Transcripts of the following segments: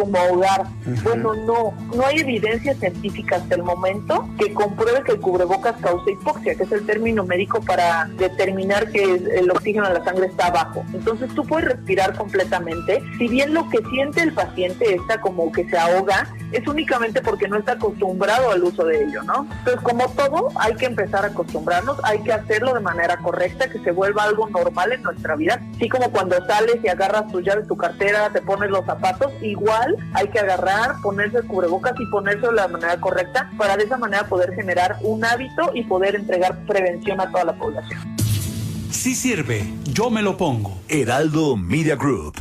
como ahogar. Bueno, no hay evidencia científica hasta el momento que compruebe que el cubrebocas causa hipoxia, que es el término médico para determinar que el oxígeno en la sangre está bajo. Entonces tú puedes respirar completamente, si bien lo que siente el paciente está como que se ahoga, es únicamente porque no está acostumbrado al uso de ello, ¿no? Entonces, como todo, hay que empezar a acostumbrarnos, hay que hacerlo de manera correcta, que se vuelva algo normal en nuestra vida, así como cuando sales y agarras tus llaves, tu cartera, te pones los zapatos, igual hay que agarrar, ponerse el cubrebocas y ponerse de la manera correcta para de esa manera poder generar un hábito y poder entregar prevención a toda la población. Sí sirve, yo me lo pongo. Heraldo Media Group.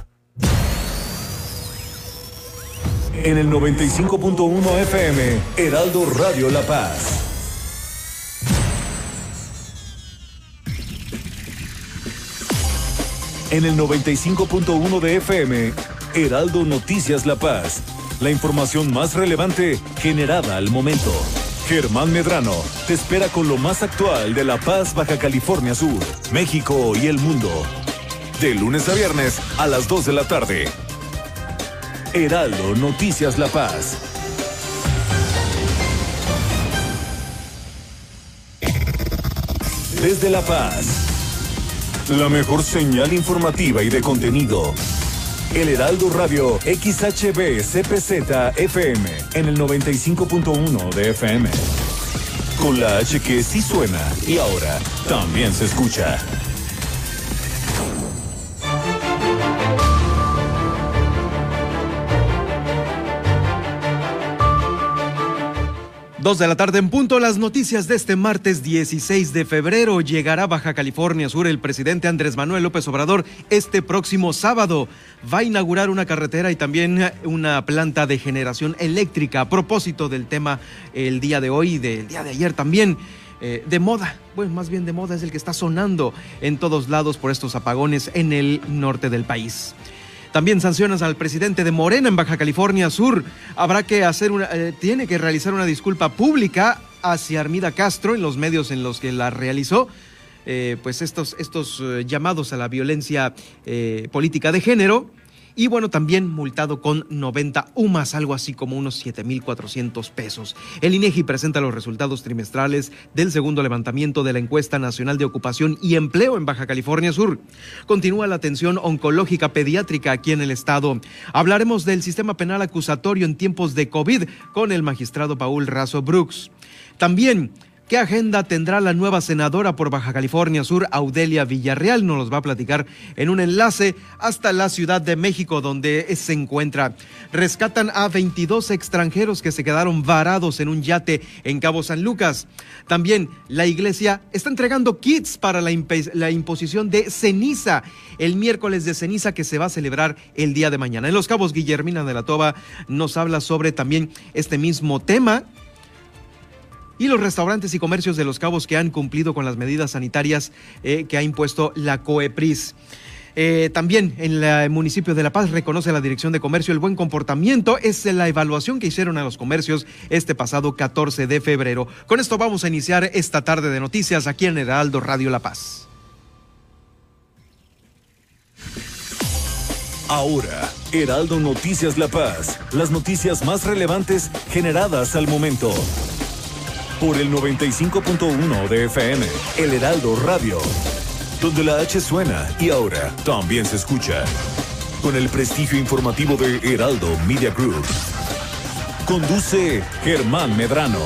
En el 95.1 FM, Heraldo Radio La Paz. En el 95.1 de FM, Heraldo Noticias La Paz. La información más relevante generada al momento. Germán Medrano te espera con lo más actual de La Paz, Baja California Sur, México y el mundo. De lunes a viernes a las 2 de la tarde. Heraldo Noticias La Paz. Desde La Paz, la mejor señal informativa y de contenido. El Heraldo Radio XHB CPZ FM en el 95.1 de FM. Con la H que sí suena y ahora también se escucha. 2 de la tarde en punto, las noticias de este martes 16 de febrero. Llegará a Baja California Sur el presidente Andrés Manuel López Obrador este próximo sábado. Va a inaugurar una carretera y también una planta de generación eléctrica. A propósito del tema el día de hoy y del día de ayer también, de moda, bueno, más bien de moda, es el que está sonando en todos lados por estos apagones en el norte del país. También sancionas al presidente de Morena en Baja California Sur. Habrá que tiene que realizar una disculpa pública hacia Armida Castro en los medios en los que la realizó. Pues estos llamados a la violencia política de género. Y bueno, también multado con 90 UMAS, algo así como unos 7,400 pesos. El INEGI presenta los resultados trimestrales del segundo levantamiento de la Encuesta Nacional de Ocupación y Empleo en Baja California Sur. Continúa la atención oncológica pediátrica aquí en el estado. Hablaremos del sistema penal acusatorio en tiempos de COVID con el magistrado Paul Razo Brooks. También, ¿qué agenda tendrá la nueva senadora por Baja California Sur, Audelia Villarreal? Nos los va a platicar en un enlace hasta la Ciudad de México, donde se encuentra. Rescatan a 22 extranjeros que se quedaron varados en un yate en Cabo San Lucas. También la iglesia está entregando kits para la imposición de ceniza, el miércoles de ceniza que se va a celebrar el día de mañana. En Los Cabos, Guillermina de la Toba nos habla sobre también este mismo tema. Y los restaurantes y comercios de Los Cabos que han cumplido con las medidas sanitarias que ha impuesto la COEPRIS. También en el municipio de La Paz reconoce la Dirección de Comercio el buen comportamiento. Es la evaluación que hicieron a los comercios este pasado 14 de febrero. Con esto vamos a iniciar esta tarde de noticias aquí en Heraldo Radio La Paz. Ahora, Heraldo Noticias La Paz. Las noticias más relevantes generadas al momento. Por el 95.1 de FM, El Heraldo Radio, donde la H suena y ahora también se escucha. Con el prestigio informativo de Heraldo Media Group. Conduce Germán Medrano.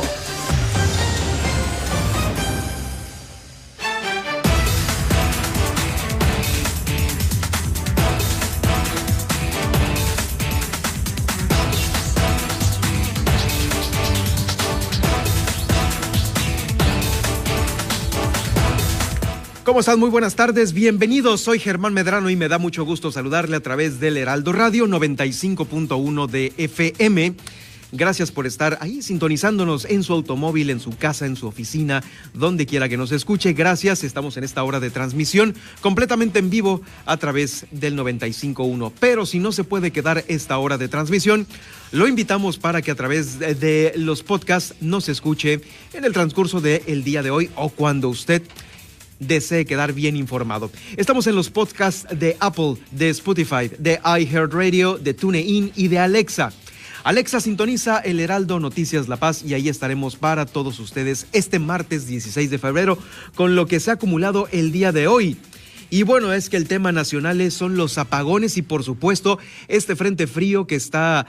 ¿Cómo están? Muy buenas tardes, bienvenidos. Soy Germán Medrano y me da mucho gusto saludarle a través del Heraldo Radio 95.1 de FM. Gracias por estar ahí sintonizándonos en su automóvil, en su casa, en su oficina, donde quiera que nos escuche. Gracias, estamos en esta hora de transmisión completamente en vivo a través del 95.1. Pero si no se puede quedar esta hora de transmisión, lo invitamos para que a través de los podcasts nos escuche en el transcurso del día de hoy o cuando usted desee quedar bien informado. Estamos en los podcasts de Apple, de Spotify, de iHeartRadio, de TuneIn y de Alexa. Alexa, sintoniza El Heraldo Noticias La Paz y ahí estaremos para todos ustedes este martes 16 de febrero con lo que se ha acumulado el día de hoy. Y bueno, es que el tema nacional son los apagones y por supuesto este frente frío que está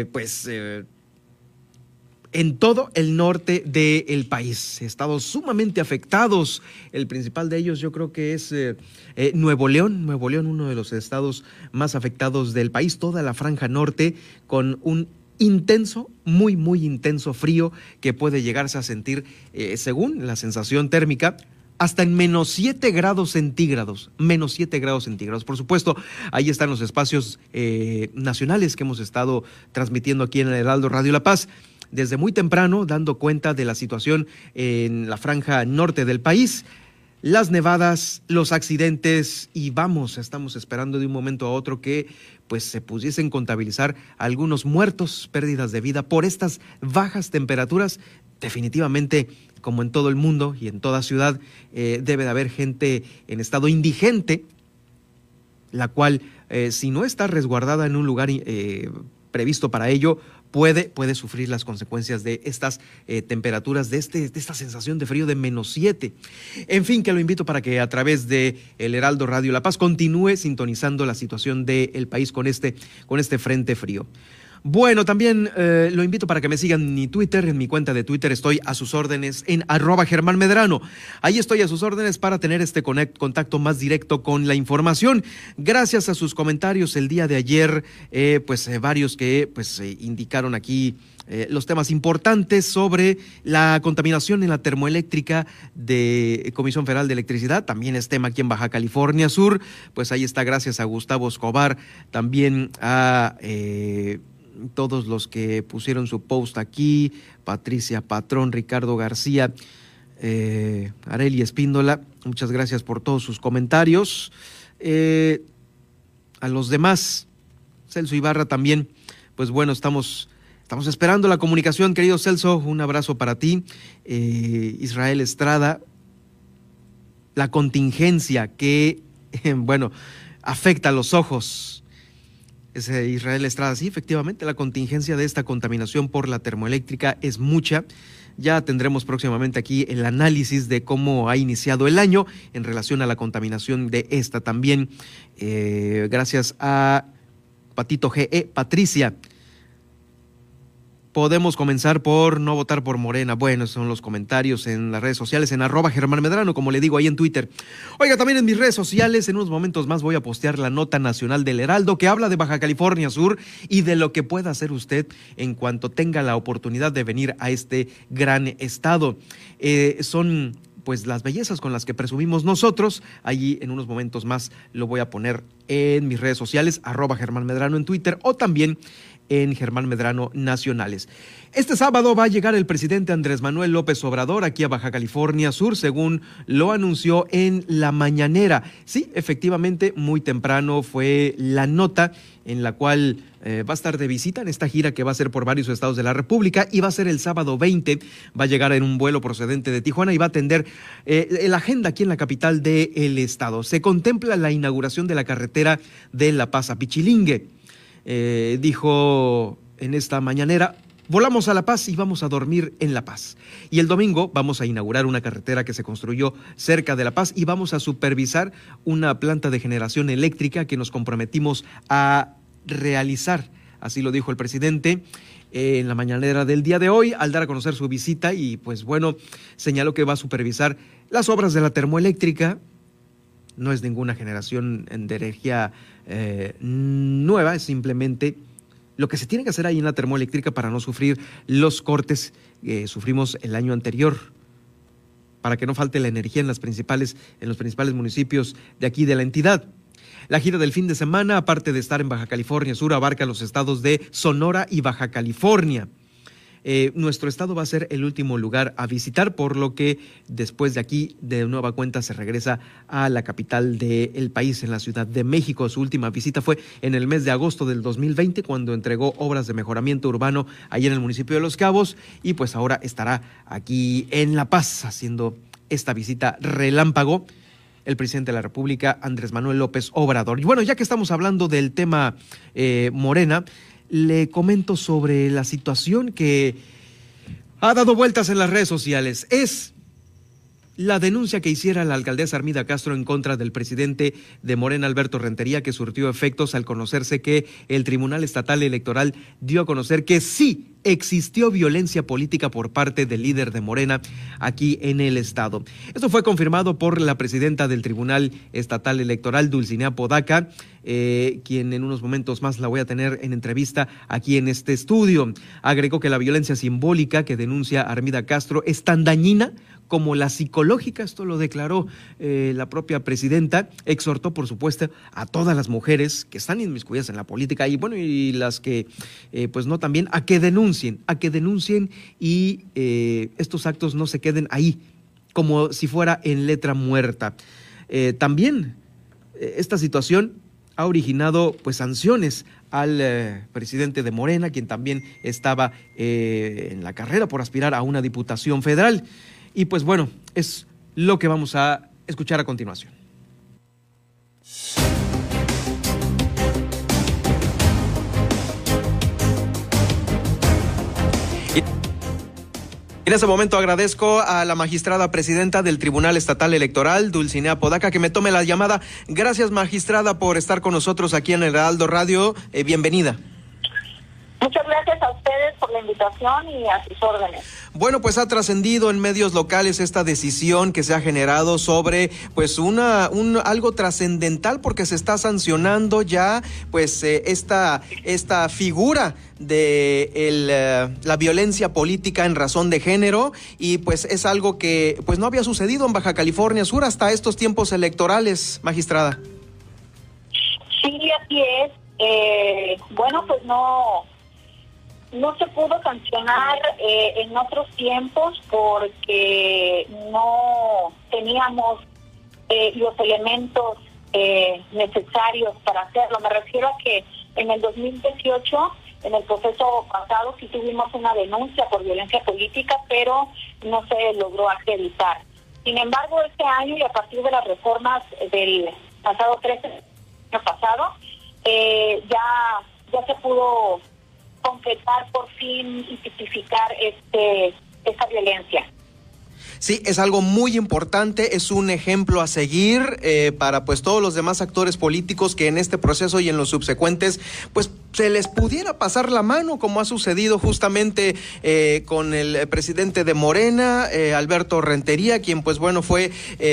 en todo el norte del país. Estados sumamente afectados. El principal de ellos yo creo que es Nuevo León. Nuevo León, uno de los estados más afectados del país. Toda la franja norte con un intenso, muy, muy intenso frío que puede llegarse a sentir, según la sensación térmica, hasta en menos 7 grados centígrados, menos 7 grados centígrados. Por supuesto, ahí están los espacios nacionales que hemos estado transmitiendo aquí en el Heraldo Radio La Paz. Desde muy temprano, dando cuenta de la situación en la franja norte del país, las nevadas, los accidentes y estamos esperando de un momento a otro que pues se pudiesen contabilizar algunos muertos, pérdidas de vida por estas bajas temperaturas. Definitivamente, como en todo el mundo y en toda ciudad, debe de haber gente en estado indigente, la cual, si no está resguardada en un lugar previsto para ello, puede sufrir las consecuencias de estas temperaturas, de esta sensación de frío de menos 7. En fin, que lo invito para que a través de El Heraldo Radio La Paz continúe sintonizando la situación del país con este frente frío. Bueno, también lo invito para que me sigan en mi Twitter. En mi cuenta de Twitter estoy a sus órdenes en @GermánMedrano. Ahí estoy a sus órdenes para tener este contacto más directo con la información. Gracias a sus comentarios el día de ayer, varios que indicaron aquí los temas importantes sobre la contaminación en la termoeléctrica de Comisión Federal de Electricidad. También es tema aquí en Baja California Sur. Pues ahí está, gracias a Gustavo Escobar, también a todos los que pusieron su post aquí, Patricia Patrón, Ricardo García, Areli Espíndola, muchas gracias por todos sus comentarios. A los demás, Celso Ibarra también, pues bueno, estamos esperando la comunicación, querido Celso, un abrazo para ti. Israel Estrada, la contingencia que, afecta a los ojos. Israel Estrada, sí, efectivamente, la contingencia de esta contaminación por la termoeléctrica es mucha. Ya tendremos próximamente aquí el análisis de cómo ha iniciado el año en relación a la contaminación de esta también. Gracias a Patito GE, Patricia. Podemos comenzar por no votar por Morena. Bueno, esos son los comentarios en las redes sociales, en @GermánMedrano, como le digo ahí en Twitter. Oiga, también en mis redes sociales, en unos momentos más voy a postear la nota nacional del Heraldo que habla de Baja California Sur y de lo que pueda hacer usted en cuanto tenga la oportunidad de venir a este gran estado. Son pues las bellezas con las que presumimos nosotros. Allí en unos momentos más lo voy a poner en mis redes sociales, @GermánMedrano en Twitter o también en Germán Medrano Nacionales. Este sábado va a llegar el presidente Andrés Manuel López Obrador aquí a Baja California Sur, según lo anunció en la mañanera. Sí, efectivamente, muy temprano fue la nota en la cual va a estar de visita en esta gira que va a ser por varios estados de la República y va a ser el sábado 20, va a llegar en un vuelo procedente de Tijuana y va a atender la agenda aquí en la capital del estado. Se contempla la inauguración de la carretera de La Paz a Pichilingue. Dijo en esta mañanera: volamos a La Paz y vamos a dormir en La Paz. Y el domingo vamos a inaugurar una carretera que se construyó cerca de La Paz y vamos a supervisar una planta de generación eléctrica que nos comprometimos a realizar. Así lo dijo el presidente en la mañanera del día de hoy al dar a conocer su visita y pues bueno, señaló que va a supervisar las obras de la termoeléctrica. No es ninguna generación de energía nueva, es simplemente lo que se tiene que hacer ahí en la termoeléctrica para no sufrir los cortes que sufrimos el año anterior, para que no falte la energía en los principales municipios de aquí de la entidad. La gira del fin de semana, aparte de estar en Baja California Sur, abarca los estados de Sonora y Baja California. Nuestro estado va a ser el último lugar a visitar, por lo que después de aquí, de nueva cuenta, se regresa a la capital del país, en la Ciudad de México. Su última visita fue en el mes de agosto del 2020, cuando entregó obras de mejoramiento urbano ahí en el municipio de Los Cabos, y pues ahora estará aquí en La Paz haciendo esta visita relámpago el presidente de la República, Andrés Manuel López Obrador. Y bueno, ya que estamos hablando del tema Morena, le comento sobre la situación que ha dado vueltas en las redes sociales. Es la denuncia que hiciera la alcaldesa Armida Castro en contra del presidente de Morena, Alberto Rentería, que surtió efectos al conocerse que el Tribunal Estatal Electoral dio a conocer que sí existió violencia política por parte del líder de Morena aquí en el estado. Esto fue confirmado por la presidenta del Tribunal Estatal Electoral, Dulcinea Podaca, quien en unos momentos más la voy a tener en entrevista aquí en este estudio. Agregó que la violencia simbólica que denuncia Armida Castro es tan dañina como la psicológica. Esto lo declaró la propia presidenta. Exhortó, por supuesto, a todas las mujeres que están inmiscuidas en la política y bueno, y las que pues no también, a que denuncien y estos actos no se queden ahí, como si fuera en letra muerta. También esta situación ha originado pues sanciones al presidente de Morena, quien también estaba en la carrera por aspirar a una diputación federal. Y pues bueno, es lo que vamos a escuchar a continuación. En ese momento agradezco a la magistrada presidenta del Tribunal Estatal Electoral, Dulcinea Podaca, que me tome la llamada. Gracias, magistrada, por estar con nosotros aquí en el Heraldo Radio. Bienvenida. Muchas gracias a ustedes por la invitación y a sus órdenes. Bueno, pues ha trascendido en medios locales esta decisión que se ha generado sobre pues algo trascendental, porque se está sancionando ya pues esta figura de la violencia política en razón de género, y pues es algo que pues no había sucedido en Baja California Sur hasta estos tiempos electorales, magistrada. Sí, así es. Bueno, pues no se pudo sancionar en otros tiempos porque no teníamos los elementos necesarios para hacerlo. Me refiero a que en el 2018, en el proceso pasado, sí tuvimos una denuncia por violencia política, pero no se logró acreditar. Sin embargo, este año y a partir de las reformas del pasado 13, año pasado, ya se pudo concretar por fin y tipificar esta violencia. Sí, es algo muy importante, es un ejemplo a seguir para pues todos los demás actores políticos que en este proceso y en los subsecuentes pues se les pudiera pasar la mano, como ha sucedido justamente con el presidente de Morena, Alberto Rentería, quien pues bueno fue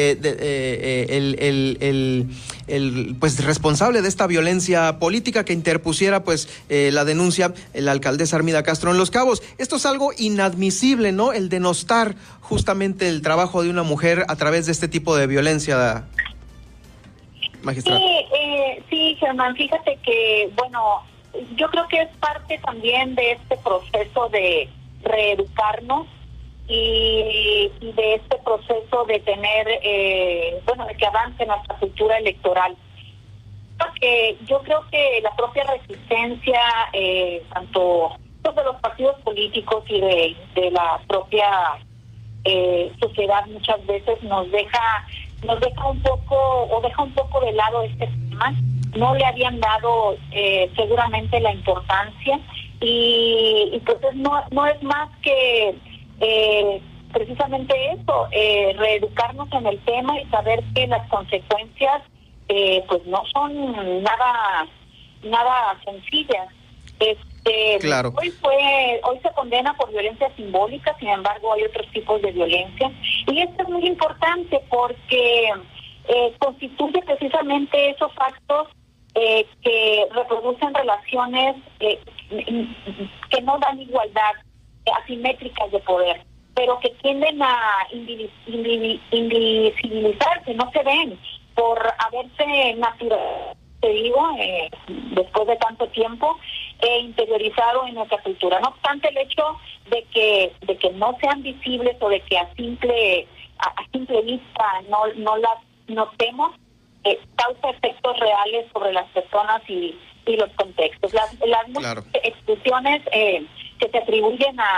el pues responsable de esta violencia política que interpusiera pues la denuncia la alcaldesa Armida Castro en Los Cabos. Esto es algo inadmisible, ¿no? El denostar justamente el trabajo de una mujer a través de este tipo de violencia, magistrada. Sí, Germán, fíjate que, bueno, yo creo que es parte también de este proceso de reeducarnos y de este proceso de tener, de que avance nuestra cultura electoral. Porque yo creo que la propia resistencia, tanto de los partidos políticos y de la propia sociedad, muchas veces nos deja un poco de lado este tema. No le habían dado seguramente la importancia y pues no es más que precisamente eso, reeducarnos en el tema y saber que las consecuencias pues no son nada sencillas. Claro. Hoy se condena por violencia simbólica, sin embargo hay otros tipos de violencia, y esto es muy importante porque constituye precisamente esos actos que reproducen relaciones que no dan igualdad, asimétricas de poder, pero que tienden a invisibilizarse, no se ven por haberse naturalizado, te digo, después de tanto tiempo, interiorizado en nuestra cultura. No obstante, el hecho de que no sean visibles o de que a simple vista no las notemos, causa efectos reales sobre las personas y los contextos. Las claro. exclusiones que se atribuyen a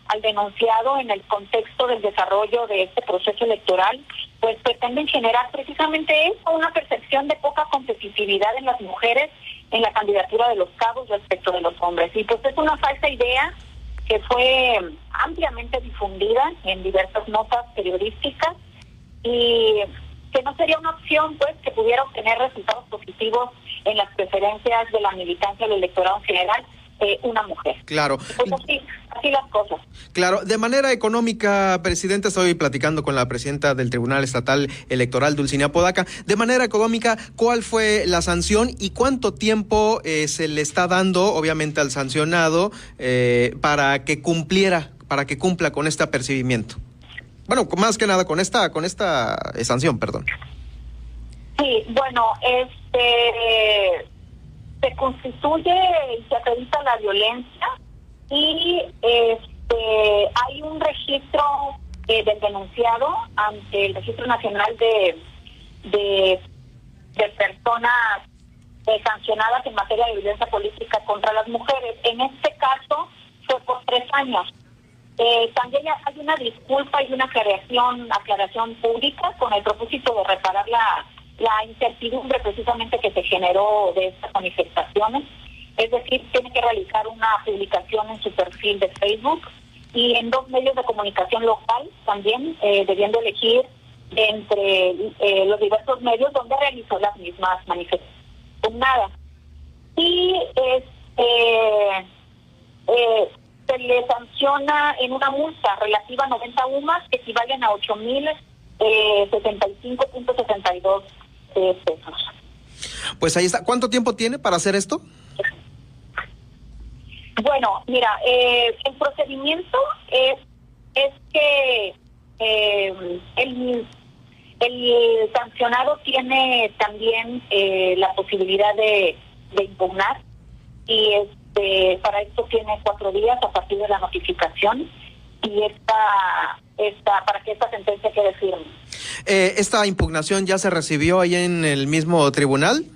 al denunciado en el contexto del desarrollo de este proceso electoral, pues pretenden generar precisamente eso, una percepción de poca competitividad en las mujeres en la candidatura de los cabos respecto de los hombres. Y pues es una falsa idea que fue ampliamente difundida en diversas notas periodísticas y que no sería una opción, pues, que pudiera obtener resultados positivos en las preferencias de la militancia del electorado en general, una mujer. Claro. Pues así las cosas. Claro, de manera económica, presidente, estoy platicando con la presidenta del Tribunal Estatal Electoral, Dulcinea Podaca. De manera económica, ¿cuál fue la sanción y cuánto tiempo se le está dando, obviamente, al sancionado para que cumpla con este apercibimiento? Bueno, más que nada con esta sanción, perdón. Sí, bueno, se constituye y se acredita la violencia y hay un registro del denunciado ante el Registro Nacional de personas sancionadas en materia de violencia política contra las mujeres. En este caso fue por 3 años. También hay una disculpa y una aclaración pública con el propósito de reparar la incertidumbre precisamente que se generó de estas manifestaciones. Es decir, tiene que realizar una publicación en su perfil de Facebook y en 2 medios de comunicación local también, debiendo elegir entre los diversos medios donde realizó las mismas manifestaciones. Nada. Y se le sanciona en una multa relativa a 90 UMAS que equivalen a 8,065.62 pesos. Pues ahí está. ¿Cuánto tiempo tiene para hacer esto? Bueno, mira, el procedimiento es que el sancionado tiene también la posibilidad de impugnar y para esto tiene 4 días a partir de la notificación y para que esta sentencia quede firme. ¿Esta impugnación ya se recibió ahí en el mismo tribunal?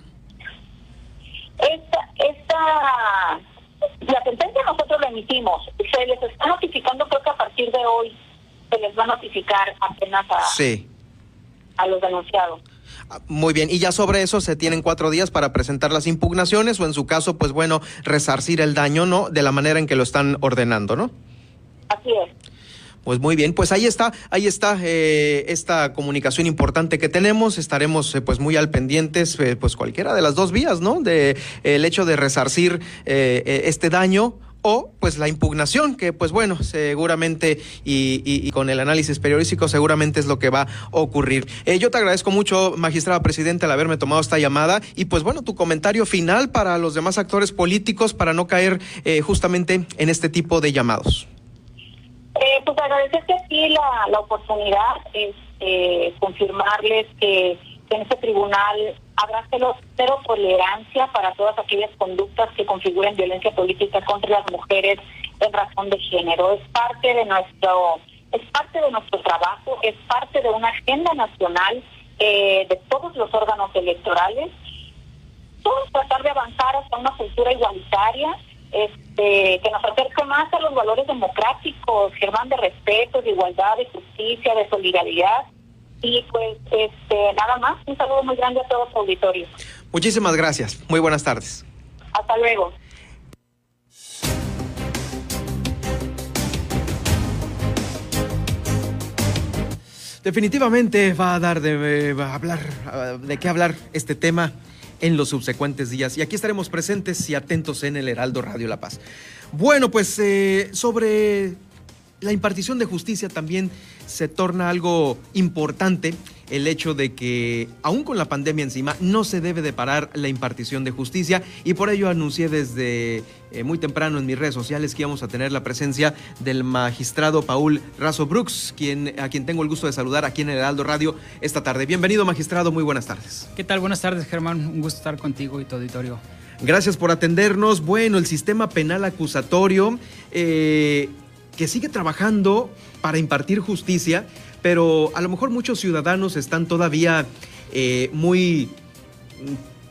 La sentencia nosotros la emitimos. Se les está notificando, creo que a partir de hoy se les va a notificar apenas a los denunciados. Muy bien, y ya sobre eso se tienen 4 días para presentar las impugnaciones o en su caso, pues bueno, resarcir el daño, ¿no? De la manera en que lo están ordenando, ¿no? Así es. Pues muy bien, pues ahí está esta comunicación importante que tenemos. Estaremos pues muy al pendientes, pues cualquiera de las 2 vías, ¿no? De el hecho de resarcir este daño o pues la impugnación, que pues bueno, seguramente y con el análisis periodístico seguramente es lo que va a ocurrir. Yo te agradezco mucho, magistrada presidenta, al haberme tomado esta llamada y pues bueno, tu comentario final para los demás actores políticos para no caer justamente en este tipo de llamados. Pues agradecerte aquí la oportunidad, confirmarles que en este tribunal habrá cero tolerancia para todas aquellas conductas que configuren violencia política contra las mujeres en razón de género. Es parte de nuestro trabajo, es parte de una agenda nacional de todos los órganos electorales. Todos tratar de avanzar hacia una cultura igualitaria, que nos acerque más a los valores democráticos, Germán, de respeto, de igualdad, de justicia, de solidaridad. Y pues nada más, un saludo muy grande a todo su auditorio. Muchísimas gracias, muy buenas tardes. Hasta luego. Definitivamente va a dar de qué hablar este tema en los subsecuentes días. Y aquí estaremos presentes y atentos en el Heraldo Radio La Paz. Bueno, pues sobre la impartición de justicia también se torna algo importante el hecho de que, aún con la pandemia encima, no se debe de parar la impartición de justicia, y por ello anuncié desde muy temprano en mis redes sociales que íbamos a tener la presencia del magistrado Paul Razo Brooks, a quien tengo el gusto de saludar aquí en el Heraldo Radio esta tarde. Bienvenido, magistrado, muy buenas tardes. ¿Qué tal? Buenas tardes, Germán, un gusto estar contigo y tu auditorio. Gracias por atendernos. Bueno, el sistema penal acusatorio que sigue trabajando para impartir justicia, pero a lo mejor muchos ciudadanos están todavía muy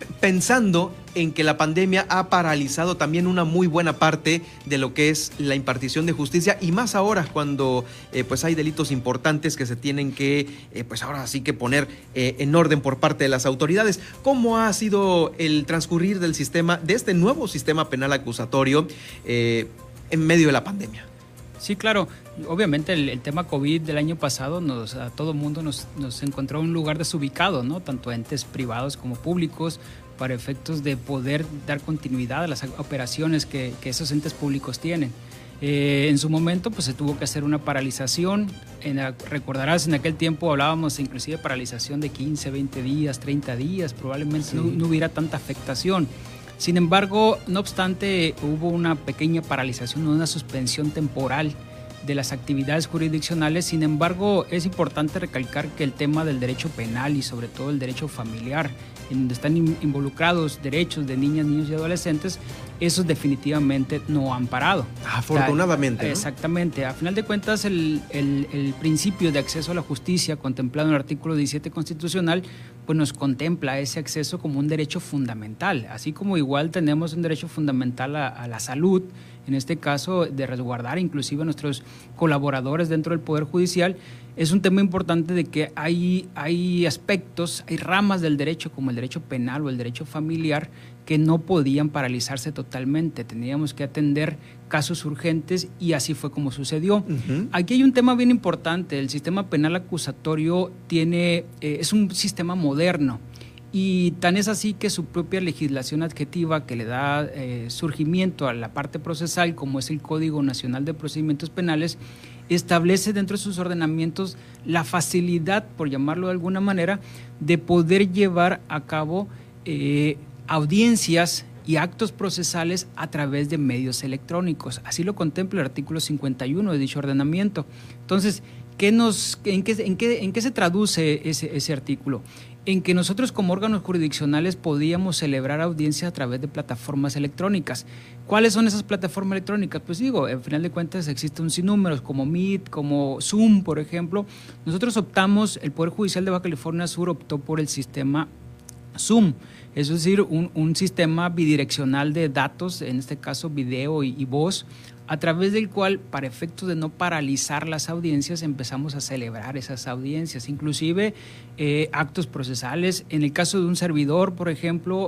pensando en que la pandemia ha paralizado también una muy buena parte de lo que es la impartición de justicia, y más ahora cuando pues hay delitos importantes que se tienen que pues ahora sí que poner en orden por parte de las autoridades. ¿Cómo ha sido el transcurrir del sistema, de este nuevo sistema penal acusatorio en medio de la pandemia? Sí, claro. Obviamente el tema COVID del año pasado a todo mundo nos encontró en un lugar desubicado, ¿no? Tanto entes privados como públicos, para efectos de poder dar continuidad a las operaciones que esos entes públicos tienen. En su momento pues se tuvo que hacer una paralización. Recordarás, en aquel tiempo hablábamos inclusive de paralización de 15, 20 días, 30 días, probablemente sí. no hubiera tanta afectación. Sin embargo, no obstante, hubo una pequeña paralización, una suspensión temporal de las actividades jurisdiccionales. Sin embargo, es importante recalcar que el tema del derecho penal y sobre todo el derecho familiar, en donde están involucrados derechos de niñas, niños y adolescentes, esos definitivamente no han parado. Afortunadamente, ¿no? Exactamente. A final de cuentas, el principio de acceso a la justicia contemplado en el artículo 17 constitucional, pues nos contempla ese acceso como un derecho fundamental, así como igual tenemos un derecho fundamental a la salud, en este caso de resguardar inclusive a nuestros colaboradores dentro del Poder Judicial. Es un tema importante de que hay aspectos, hay ramas del derecho como el derecho penal o el derecho familiar que no podían paralizarse totalmente. Teníamos que atender casos urgentes y así fue como sucedió. Uh-huh. Aquí hay un tema bien importante. El sistema penal acusatorio es un sistema moderno. Y tan es así que su propia legislación adjetiva que le da surgimiento a la parte procesal, como es el Código Nacional de Procedimientos Penales, establece dentro de sus ordenamientos la facilidad, por llamarlo de alguna manera, de poder llevar a cabo audiencias y actos procesales a través de medios electrónicos. Así lo contempla el artículo 51 de dicho ordenamiento. Entonces, ¿en qué se traduce ese artículo? En que nosotros como órganos jurisdiccionales podíamos celebrar audiencias a través de plataformas electrónicas. ¿Cuáles son esas plataformas electrónicas? Pues digo, al final de cuentas existen un sinnúmero, como Meet, como Zoom, por ejemplo. Nosotros el Poder Judicial de Baja California Sur optó por el sistema Zoom, es decir, un sistema bidireccional de datos, en este caso video y voz, a través del cual, para efectos de no paralizar las audiencias, empezamos a celebrar esas audiencias, inclusive actos procesales. En el caso de un servidor, por ejemplo,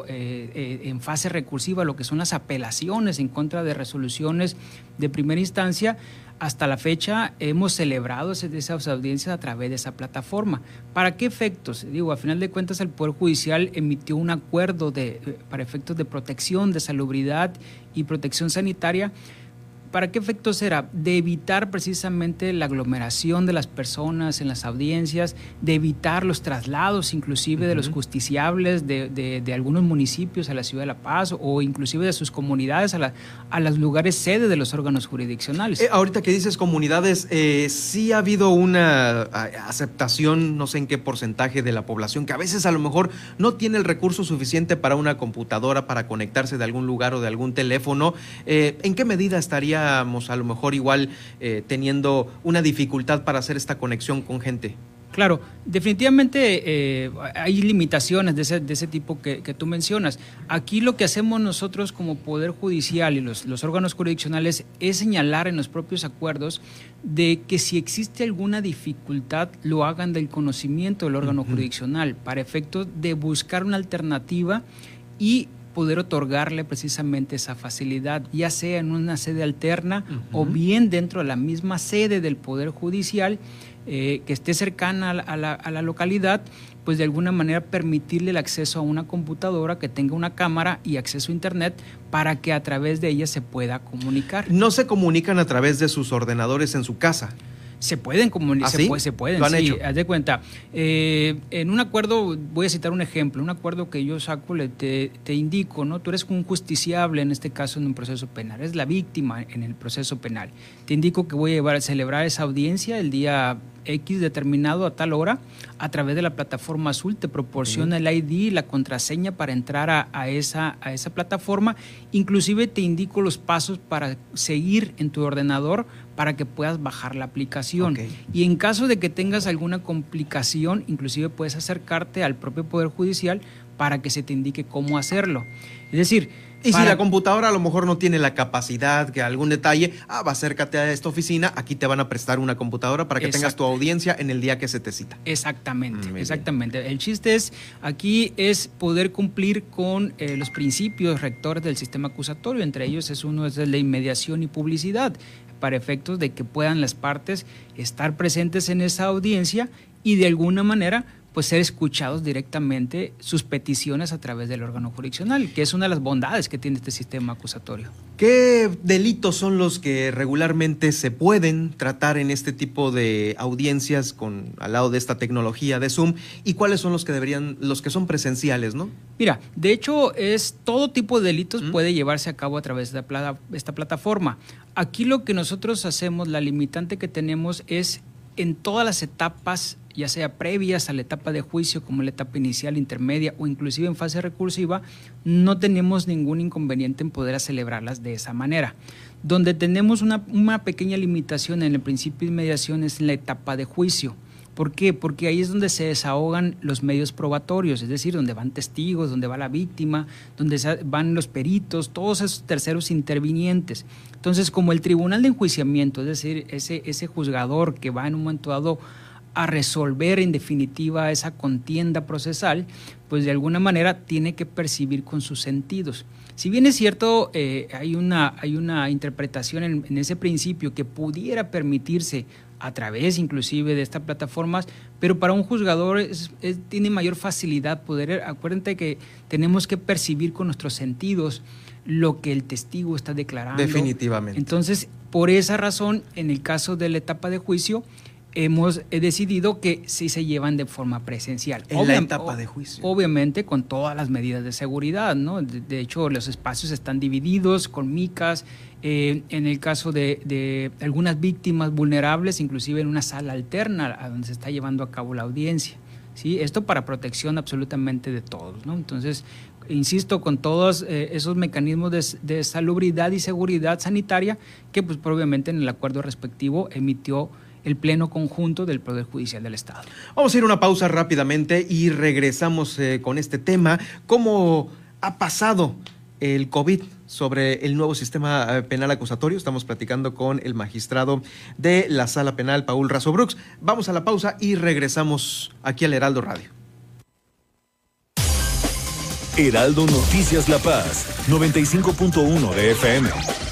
en fase recursiva, lo que son las apelaciones en contra de resoluciones de primera instancia, hasta la fecha hemos celebrado esas audiencias a través de esa plataforma. ¿Para qué efectos? Digo, a final de cuentas el Poder Judicial emitió un acuerdo para efectos de protección, de salubridad y protección sanitaria. ¿Para qué efectos era? De evitar precisamente la aglomeración de las personas en las audiencias, de evitar los traslados inclusive de los justiciables de algunos municipios a la ciudad de La Paz o inclusive de sus comunidades a los lugares sede de los órganos jurisdiccionales. Ahorita que dices comunidades, sí ha habido una aceptación, no sé en qué porcentaje de la población, que a veces a lo mejor no tiene el recurso suficiente para una computadora, para conectarse de algún lugar o de algún teléfono. ¿En qué medida estaría a lo mejor igual teniendo una dificultad para hacer esta conexión con gente? Claro, definitivamente hay limitaciones de ese tipo que tú mencionas. Aquí lo que hacemos nosotros como Poder Judicial y los órganos jurisdiccionales es señalar en los propios acuerdos de que si existe alguna dificultad lo hagan del conocimiento del órgano jurisdiccional para efectos de buscar una alternativa y poder otorgarle precisamente esa facilidad, ya sea en una sede alterna o bien dentro de la misma sede del Poder Judicial que esté cercana a la localidad, pues de alguna manera permitirle el acceso a una computadora que tenga una cámara y acceso a internet para que a través de ella se pueda comunicar. ¿No se comunican a través de sus ordenadores en su casa? Se pueden comunicar, ¿Ah, sí? se pueden, ¿Lo han sí, hecho? haz de cuenta. En un acuerdo, voy a citar un ejemplo, un acuerdo que yo saco, te indico, ¿no? Tú eres un justiciable, en este caso en un proceso penal, eres la víctima en el proceso penal. Te indico que voy a celebrar esa audiencia el día X determinado a tal hora, a través de la plataforma azul, te proporciona el ID y la contraseña para entrar a esa plataforma, inclusive te indico los pasos para seguir en tu ordenador para que puedas bajar la aplicación. Okay. Y en caso de que tengas alguna complicación, inclusive puedes acercarte al propio Poder Judicial para que se te indique cómo hacerlo. Es decir, y si la computadora a lo mejor no tiene la capacidad, que algún detalle, acércate a esta oficina, aquí te van a prestar una computadora para que tengas tu audiencia en el día que se te cita. Exactamente, exactamente. El chiste aquí es poder cumplir con los principios rectores del sistema acusatorio, entre ellos uno es el de inmediación y publicidad, para efectos de que puedan las partes estar presentes en esa audiencia y de alguna manera pues ser escuchados directamente sus peticiones a través del órgano jurisdiccional, que es una de las bondades que tiene este sistema acusatorio. ¿Qué delitos son los que regularmente se pueden tratar en este tipo de audiencias al lado de esta tecnología de Zoom? ¿Y cuáles son los que son presenciales, no? Mira, de hecho, todo tipo de delitos puede llevarse a cabo a través de esta plataforma. Aquí lo que nosotros hacemos, la limitante que tenemos es en todas las etapas, ya sea previas a la etapa de juicio, como la etapa inicial, intermedia o inclusive en fase recursiva, no tenemos ningún inconveniente en poder celebrarlas de esa manera. Donde tenemos una pequeña limitación en el principio de inmediación es en la etapa de juicio. ¿Por qué? Porque ahí es donde se desahogan los medios probatorios, es decir, donde van testigos, donde va la víctima, donde van los peritos, todos esos terceros intervinientes. Entonces, como el tribunal de enjuiciamiento, es decir, ese juzgador que va en un momento dado a resolver en definitiva esa contienda procesal, pues de alguna manera tiene que percibir con sus sentidos. Si bien es cierto, hay una interpretación en ese principio que pudiera permitirse a través inclusive de estas plataformas, pero para un juzgador tiene mayor facilidad poder, acuérdate que tenemos que percibir con nuestros sentidos lo que el testigo está declarando. Definitivamente. Entonces, por esa razón, en el caso de la etapa de juicio, hemos decidido que sí se llevan de forma presencial. En la etapa de juicio. Obviamente con todas las medidas de seguridad, ¿no? De hecho, los espacios están divididos con micas. En el caso de algunas víctimas vulnerables, inclusive en una sala alterna a donde se está llevando a cabo la audiencia, ¿sí? Esto para protección absolutamente de todos, ¿no? Entonces, insisto, con todos esos mecanismos de salubridad y seguridad sanitaria que, pues, obviamente en el acuerdo respectivo emitió el Pleno Conjunto del Poder Judicial del Estado. Vamos a ir a una pausa rápidamente y regresamos con este tema. ¿Cómo ha pasado el COVID sobre el nuevo sistema penal acusatorio? Estamos platicando con el magistrado de la Sala Penal, Paul Razo Brux. Vamos a la pausa y regresamos aquí al Heraldo Radio. Heraldo Noticias La Paz, 95.1 de FM.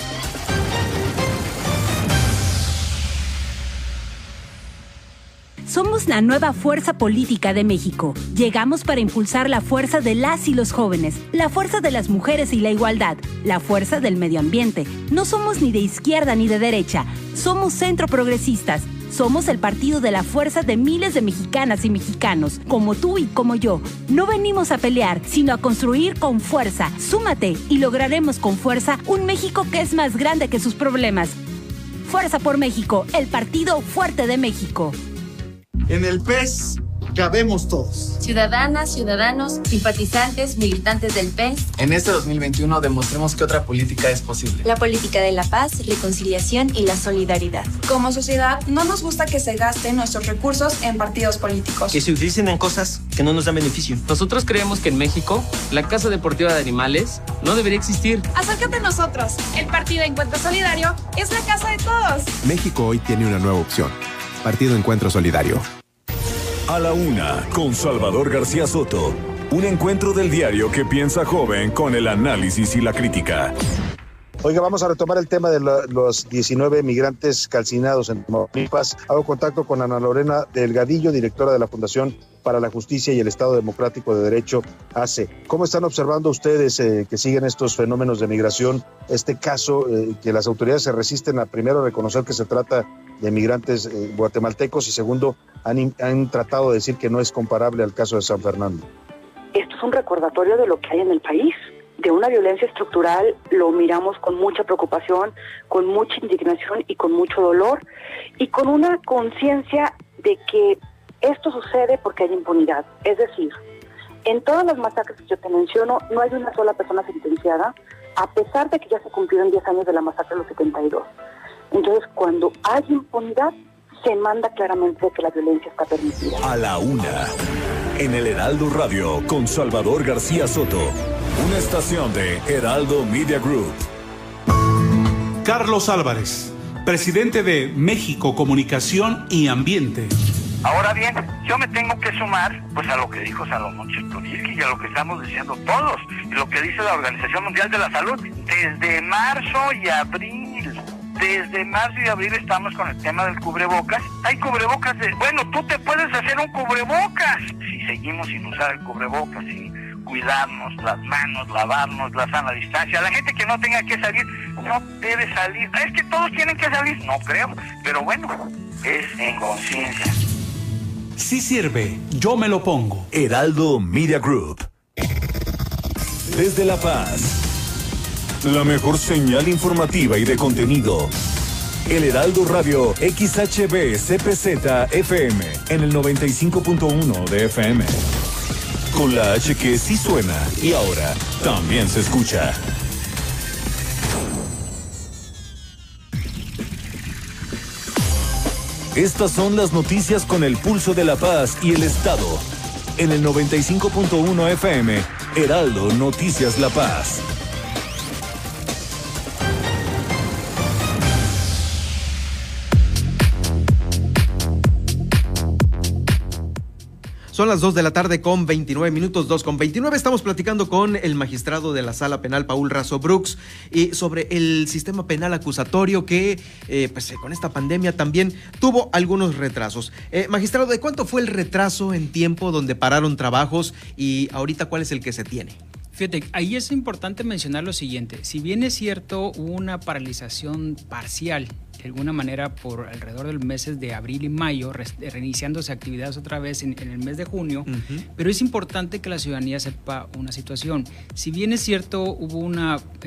Somos la nueva fuerza política de México. Llegamos para impulsar la fuerza de las y los jóvenes, la fuerza de las mujeres y la igualdad, la fuerza del medio ambiente. No somos ni de izquierda ni de derecha, somos centro progresistas. Somos el partido de la fuerza de miles de mexicanas y mexicanos, como tú y como yo. No venimos a pelear, sino a construir con fuerza. Súmate y lograremos con fuerza un México que es más grande que sus problemas. Fuerza por México, el partido fuerte de México. En el PES cabemos todos. Ciudadanas, ciudadanos, simpatizantes, militantes del PES. En este 2021 demostremos que otra política es posible. La política de la paz, reconciliación y la solidaridad. Como sociedad, no nos gusta que se gasten nuestros recursos en partidos políticos. Que se utilicen en cosas que no nos dan beneficio. Nosotros creemos que en México, la Casa Deportiva de Animales no debería existir. Acércate a nosotros. El Partido Encuentro Solidario es la casa de todos. México hoy tiene una nueva opción. Partido Encuentro Solidario. A la una, con Salvador García Soto. Un encuentro del diario que piensa joven con el análisis y la crítica. Oiga, vamos a retomar el tema de los 19 migrantes calcinados en Tamaulipas. Hago contacto con Ana Lorena Delgadillo, directora de la Fundación para la Justicia y el Estado Democrático de Derecho, ACE. ¿Cómo están observando ustedes que siguen estos fenómenos de migración, este caso que las autoridades se resisten a, primero, reconocer que se trata de migrantes guatemaltecos y, segundo, han tratado de decir que no es comparable al caso de San Fernando? Esto es un recordatorio de lo que hay en el país. De una violencia estructural lo miramos con mucha preocupación, con mucha indignación y con mucho dolor, y con una conciencia de que esto sucede porque hay impunidad. Es decir, en todas las masacres que yo te menciono, no hay una sola persona sentenciada, a pesar de que ya se cumplieron 10 años de la masacre de los 72. Entonces, cuando hay impunidad, se manda claramente que la violencia está permitida. A la una. en el Heraldo Radio con Salvador García Soto, una estación de Heraldo Media Group. Carlos Álvarez, presidente de México Comunicación y Ambiente. Ahora bien, yo me tengo que sumar pues a lo que dijo Salomón Chertorivsky y a lo que estamos diciendo todos, y lo que dice la Organización Mundial de la Salud. Desde marzo y abril estamos con el tema del cubrebocas. Hay cubrebocas bueno, tú te puedes hacer un cubrebocas si seguimos sin usar el cubrebocas, sin cuidarnos las manos, lavarnos, la sana distancia. La gente que no tenga que salir, no debe salir. Es que todos tienen que salir, no creo, pero bueno, es en conciencia. Sí sirve, yo me lo pongo. Heraldo Media Group. Desde La Paz, la mejor señal informativa y de contenido. El Heraldo Radio XHB CPZ FM en el 95.1 de FM. Con la H que sí suena y ahora también se escucha. Estas son las noticias con el pulso de La Paz y el Estado. En el 95.1 FM, Heraldo Noticias La Paz. Son las 2 de la tarde con 29 minutos, 2:29. Estamos platicando con el magistrado de la Sala Penal, Paul Razo Brooks, sobre el sistema penal acusatorio que, con esta pandemia también tuvo algunos retrasos. Magistrado, ¿de cuánto fue el retraso en tiempo donde pararon trabajos y ahorita cuál es el que se tiene? Fíjate, ahí es importante mencionar lo siguiente. Si bien es cierto, hubo una paralización parcial, de alguna manera por alrededor de los meses de abril y mayo, reiniciándose actividades otra vez en el mes de junio, pero es importante que la ciudadanía sepa una situación. Si bien es cierto, hubo un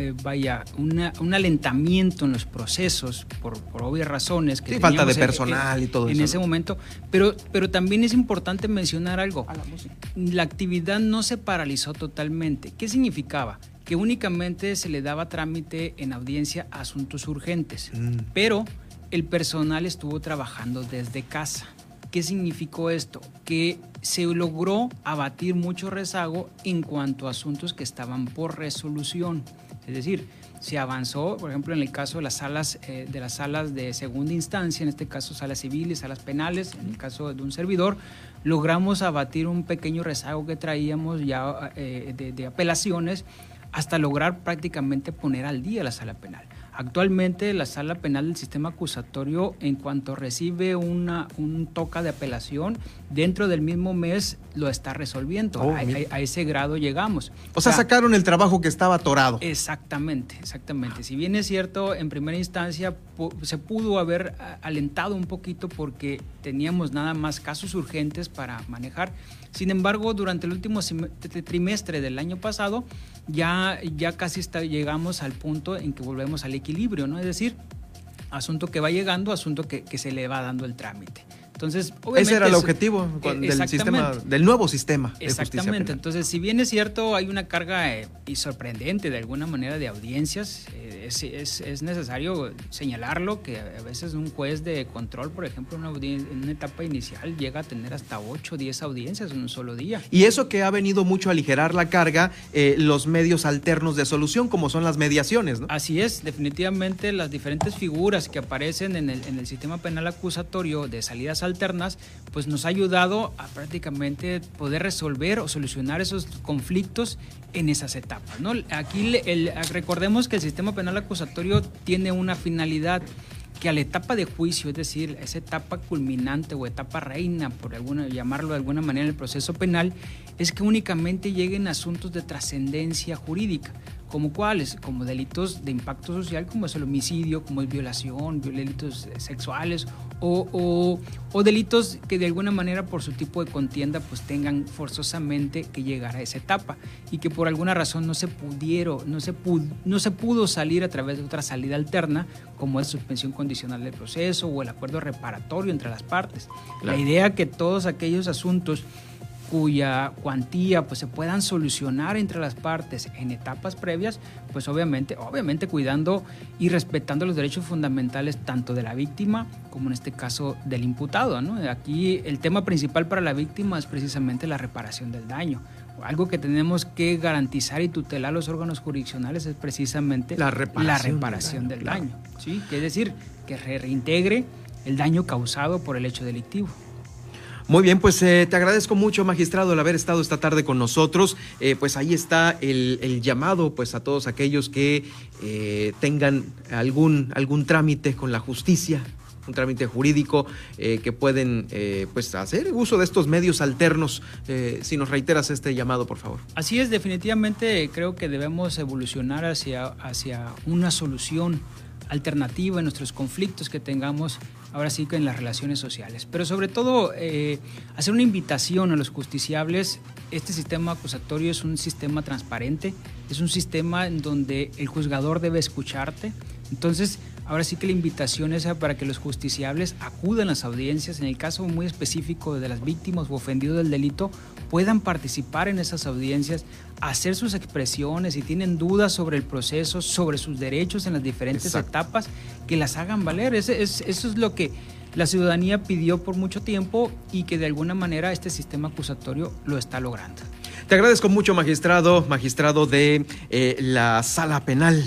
alentamiento en los procesos por obvias razones. Que falta de personal y todo eso. En ese momento, pero también es importante mencionar algo. La actividad no se paralizó totalmente. ¿Qué significaba? Que únicamente se le daba trámite en audiencia a asuntos urgentes, pero el personal estuvo trabajando desde casa. ¿Qué significó esto? Que se logró abatir mucho rezago en cuanto a asuntos que estaban por resolución. Es decir, se avanzó, por ejemplo, en el caso de las salas de segunda instancia, en este caso salas civiles, salas penales, en el caso de un servidor, logramos abatir un pequeño rezago que traíamos ya de apelaciones, hasta lograr prácticamente poner al día la sala penal. Actualmente la sala penal del sistema acusatorio, en cuanto recibe un toca de apelación, dentro del mismo mes lo está resolviendo. A ese grado llegamos. O sea, sacaron el trabajo que estaba atorado. Exactamente. Si bien es cierto, en primera instancia se pudo haber alentado un poquito porque teníamos nada más casos urgentes para manejar. Sin embargo, durante el último trimestre del año pasado, ya casi llegamos al punto en que volvemos al equilibrio, ¿no? Es decir, asunto que va llegando, asunto que se le va dando el trámite. Entonces, ese era el objetivo del nuevo sistema de justicia penal. Entonces, si bien es cierto, hay una carga sorprendente de alguna manera de audiencias, es necesario señalarlo, que a veces un juez de control, por ejemplo, en una etapa inicial llega a tener hasta 8 o 10 audiencias en un solo día. Y eso que ha venido mucho a aligerar la carga, los medios alternos de solución, como son las mediaciones, ¿no? Así es, definitivamente las diferentes figuras que aparecen en el sistema penal acusatorio de salidas alternas, pues nos ha ayudado a prácticamente poder resolver o solucionar esos conflictos en esas etapas, ¿no? Aquí recordemos que el sistema penal acusatorio tiene una finalidad, que a la etapa de juicio, es decir, esa etapa culminante o etapa reina, por llamarlo de alguna manera en el proceso penal, es que únicamente lleguen asuntos de trascendencia jurídica. ¿Como cuáles? Como delitos de impacto social, como es el homicidio, como es violación, delitos sexuales o delitos que de alguna manera por su tipo de contienda pues tengan forzosamente que llegar a esa etapa y que por alguna razón no se pudo salir a través de otra salida alterna, como es suspensión condicional del proceso o el acuerdo reparatorio entre las partes. Claro. La idea que todos aquellos asuntos cuya cuantía pues se puedan solucionar entre las partes en etapas previas, pues obviamente cuidando y respetando los derechos fundamentales tanto de la víctima como en este caso del imputado, ¿no? Aquí el tema principal para la víctima es precisamente la reparación del daño. Algo que tenemos que garantizar y tutelar los órganos jurisdiccionales es precisamente la reparación del daño, ¿sí? Que es decir, que reintegre el daño causado por el hecho delictivo. Muy bien, pues te agradezco mucho, magistrado, el haber estado esta tarde con nosotros. Pues ahí está el llamado pues a todos aquellos que tengan algún trámite con la justicia, un trámite jurídico, que pueden pues hacer uso de estos medios alternos. Si nos reiteras este llamado, por favor. Así es, definitivamente creo que debemos evolucionar hacia una solución alternativa en nuestros conflictos que tengamos ahora sí que en las relaciones sociales, pero sobre todo hacer una invitación a los justiciables. Este sistema acusatorio es un sistema transparente, es un sistema en donde el juzgador debe escucharte. Entonces ahora sí que la invitación es para que los justiciables acudan a las audiencias, en el caso muy específico de las víctimas o ofendidos del delito, puedan participar en esas audiencias, hacer sus expresiones, si tienen dudas sobre el proceso, sobre sus derechos en las diferentes etapas, que las hagan valer. Eso es lo que la ciudadanía pidió por mucho tiempo y que de alguna manera este sistema acusatorio lo está logrando. Te agradezco mucho, magistrado de la sala penal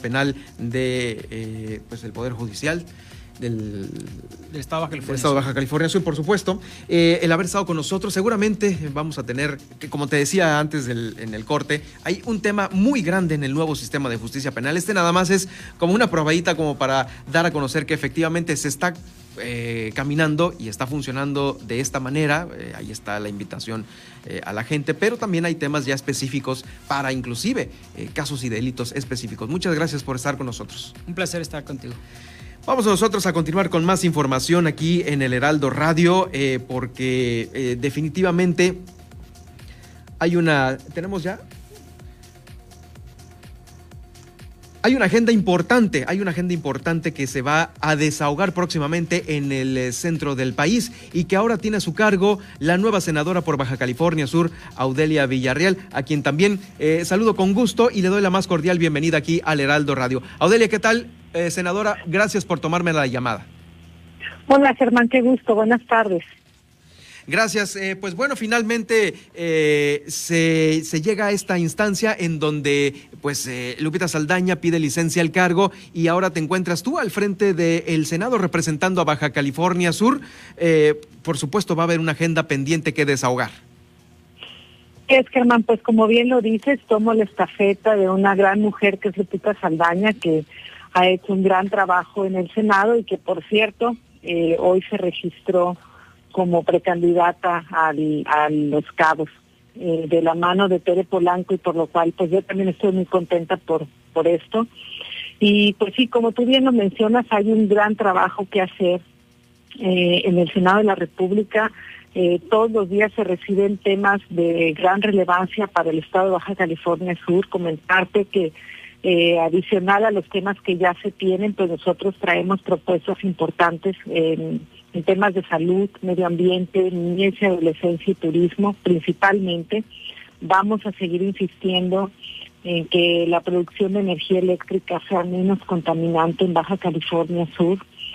de pues el Poder Judicial del Estado de Baja California Sur, por supuesto, el haber estado con nosotros. Seguramente vamos a tener, que como te decía antes en el corte, hay un tema muy grande en el nuevo sistema de justicia penal. Nada más es como una probadita como para dar a conocer que efectivamente se está caminando y está funcionando de esta manera. Ahí está la invitación a la gente, pero también hay temas ya específicos para inclusive casos y delitos específicos. Muchas gracias por estar con nosotros. Un placer estar contigo. Vamos nosotros a continuar con más información aquí en el Heraldo Radio, porque definitivamente hay una agenda importante que se va a desahogar próximamente en el centro del país y que ahora tiene a su cargo la nueva senadora por Baja California Sur, Audelia Villarreal, a quien también saludo con gusto y le doy la más cordial bienvenida aquí al Heraldo Radio. Audelia, ¿qué tal? Senadora, gracias por tomarme la llamada. Hola, Germán, qué gusto. Buenas tardes. Gracias. Pues bueno, finalmente se llega a esta instancia en donde pues Lupita Saldaña pide licencia al cargo y ahora te encuentras tú al frente del Senado representando a Baja California Sur. Por supuesto va a haber una agenda pendiente que desahogar. Es, Germán, pues como bien lo dices, tomo la estafeta de una gran mujer que es Lupita Saldaña, que ha hecho un gran trabajo en el Senado y que, por cierto, hoy se registró como precandidata a Los Cabos, de la mano de Tere Polanco, y por lo cual pues yo también estoy muy contenta por esto. Y pues sí, como tú bien lo mencionas, hay un gran trabajo que hacer en el Senado de la República. Todos los días se reciben temas de gran relevancia para el estado de Baja California Sur. Comentarte que adicional a los temas que ya se tienen, pues nosotros traemos propuestas importantes en temas de salud, medio ambiente, niñez y adolescencia y turismo principalmente. Vamos a seguir insistiendo en que la producción de energía eléctrica sea menos contaminante en Baja California Sur.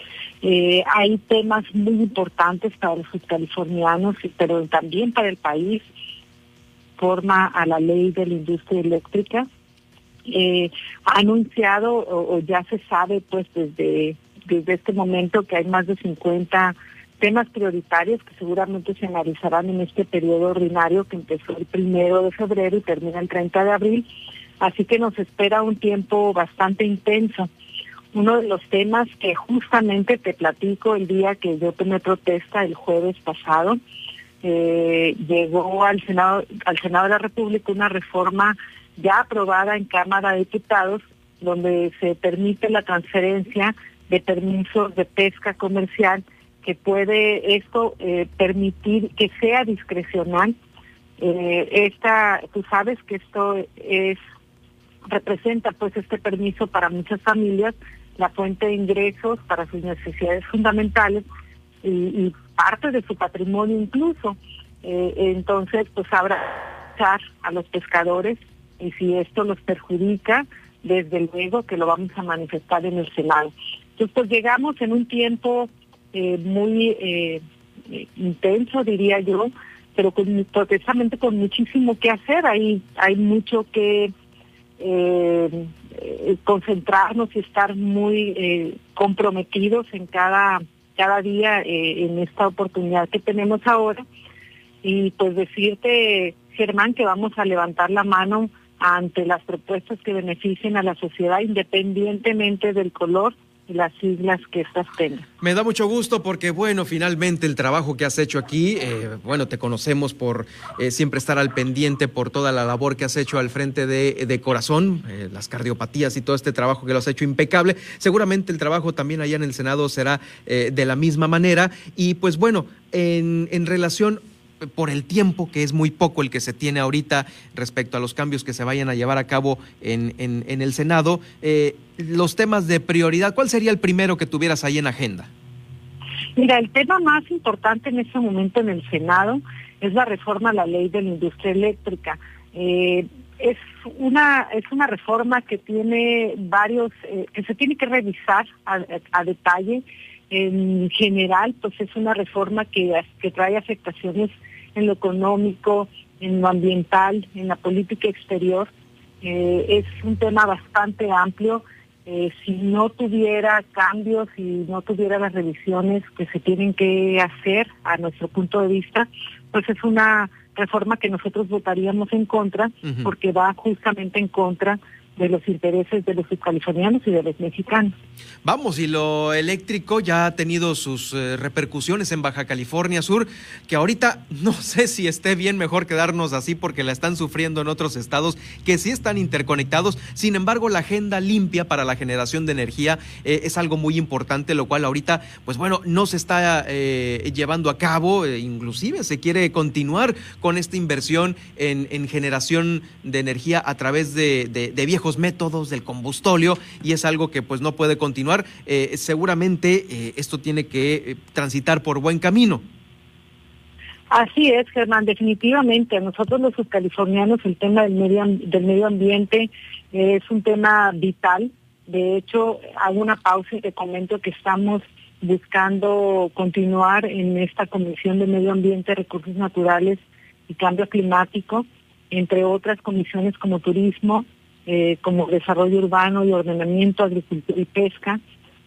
Hay temas muy importantes para los californianos, pero también para el país, forma a la ley de la industria eléctrica. Ha anunciado o ya se sabe pues desde este momento que hay más de 50 temas prioritarios que seguramente se analizarán en este periodo ordinario que empezó el 1 de febrero y termina el 30 de abril, así que nos espera un tiempo bastante intenso. Uno de los temas que justamente te platico el día que yo tomé protesta el jueves pasado, llegó al Senado de la República una reforma ya aprobada en Cámara de Diputados, donde se permite la transferencia de permisos de pesca comercial, que puede esto permitir que sea discrecional. Tú sabes que esto representa pues este permiso para muchas familias la fuente de ingresos para sus necesidades fundamentales y parte de su patrimonio incluso. entonces pues habrá que echar a los pescadores, y si esto los perjudica, desde luego que lo vamos a manifestar en el Senado. Entonces pues llegamos en un tiempo muy intenso, diría yo, pero precisamente con muchísimo que hacer. Hay mucho que concentrarnos y estar muy comprometidos en cada día en esta oportunidad que tenemos ahora, y pues decirte, Germán, que vamos a levantar la mano ante las propuestas que beneficien a la sociedad independientemente del color y las siglas que estas tengan. Me da mucho gusto porque, bueno, finalmente el trabajo que has hecho aquí, te conocemos por siempre estar al pendiente por toda la labor que has hecho al frente de Corazón, las cardiopatías y todo este trabajo que lo has hecho impecable. Seguramente el trabajo también allá en el Senado será de la misma manera. Y pues bueno, en relación por el tiempo, que es muy poco el que se tiene ahorita respecto a los cambios que se vayan a llevar a cabo en el Senado, los temas de prioridad, ¿cuál sería el primero que tuvieras ahí en agenda? Mira, el tema más importante en este momento en el Senado es la reforma a la ley de la industria eléctrica. Es una reforma que tiene varios, que se tiene que revisar a detalle. En general, pues es una reforma que trae afectaciones en lo económico, en lo ambiental, en la política exterior. Es un tema bastante amplio. Si no tuviera cambios, si no tuviera las revisiones que se tienen que hacer a nuestro punto de vista, pues es una reforma que nosotros votaríamos en contra, porque va justamente en contra de los intereses de los subcalifornianos y de los mexicanos. Vamos, y lo eléctrico ya ha tenido sus repercusiones en Baja California Sur, que ahorita no sé si esté bien, mejor quedarnos así porque la están sufriendo en otros estados que sí están interconectados. Sin embargo, la agenda limpia para la generación de energía es algo muy importante, lo cual ahorita, pues bueno, no se está llevando a cabo, inclusive se quiere continuar con esta inversión en generación de energía a través de viejos métodos del combustóleo, y es algo que pues no puede continuar. Seguramente esto tiene que transitar por buen camino. Así es, Germán, definitivamente. A nosotros los subcalifornianos el tema del medio ambiente es un tema vital. De hecho, hago una pausa y te comento que estamos buscando continuar en esta Comisión de Medio Ambiente, Recursos Naturales y Cambio Climático, entre otras comisiones como Turismo, como Desarrollo Urbano y Ordenamiento, Agricultura y Pesca,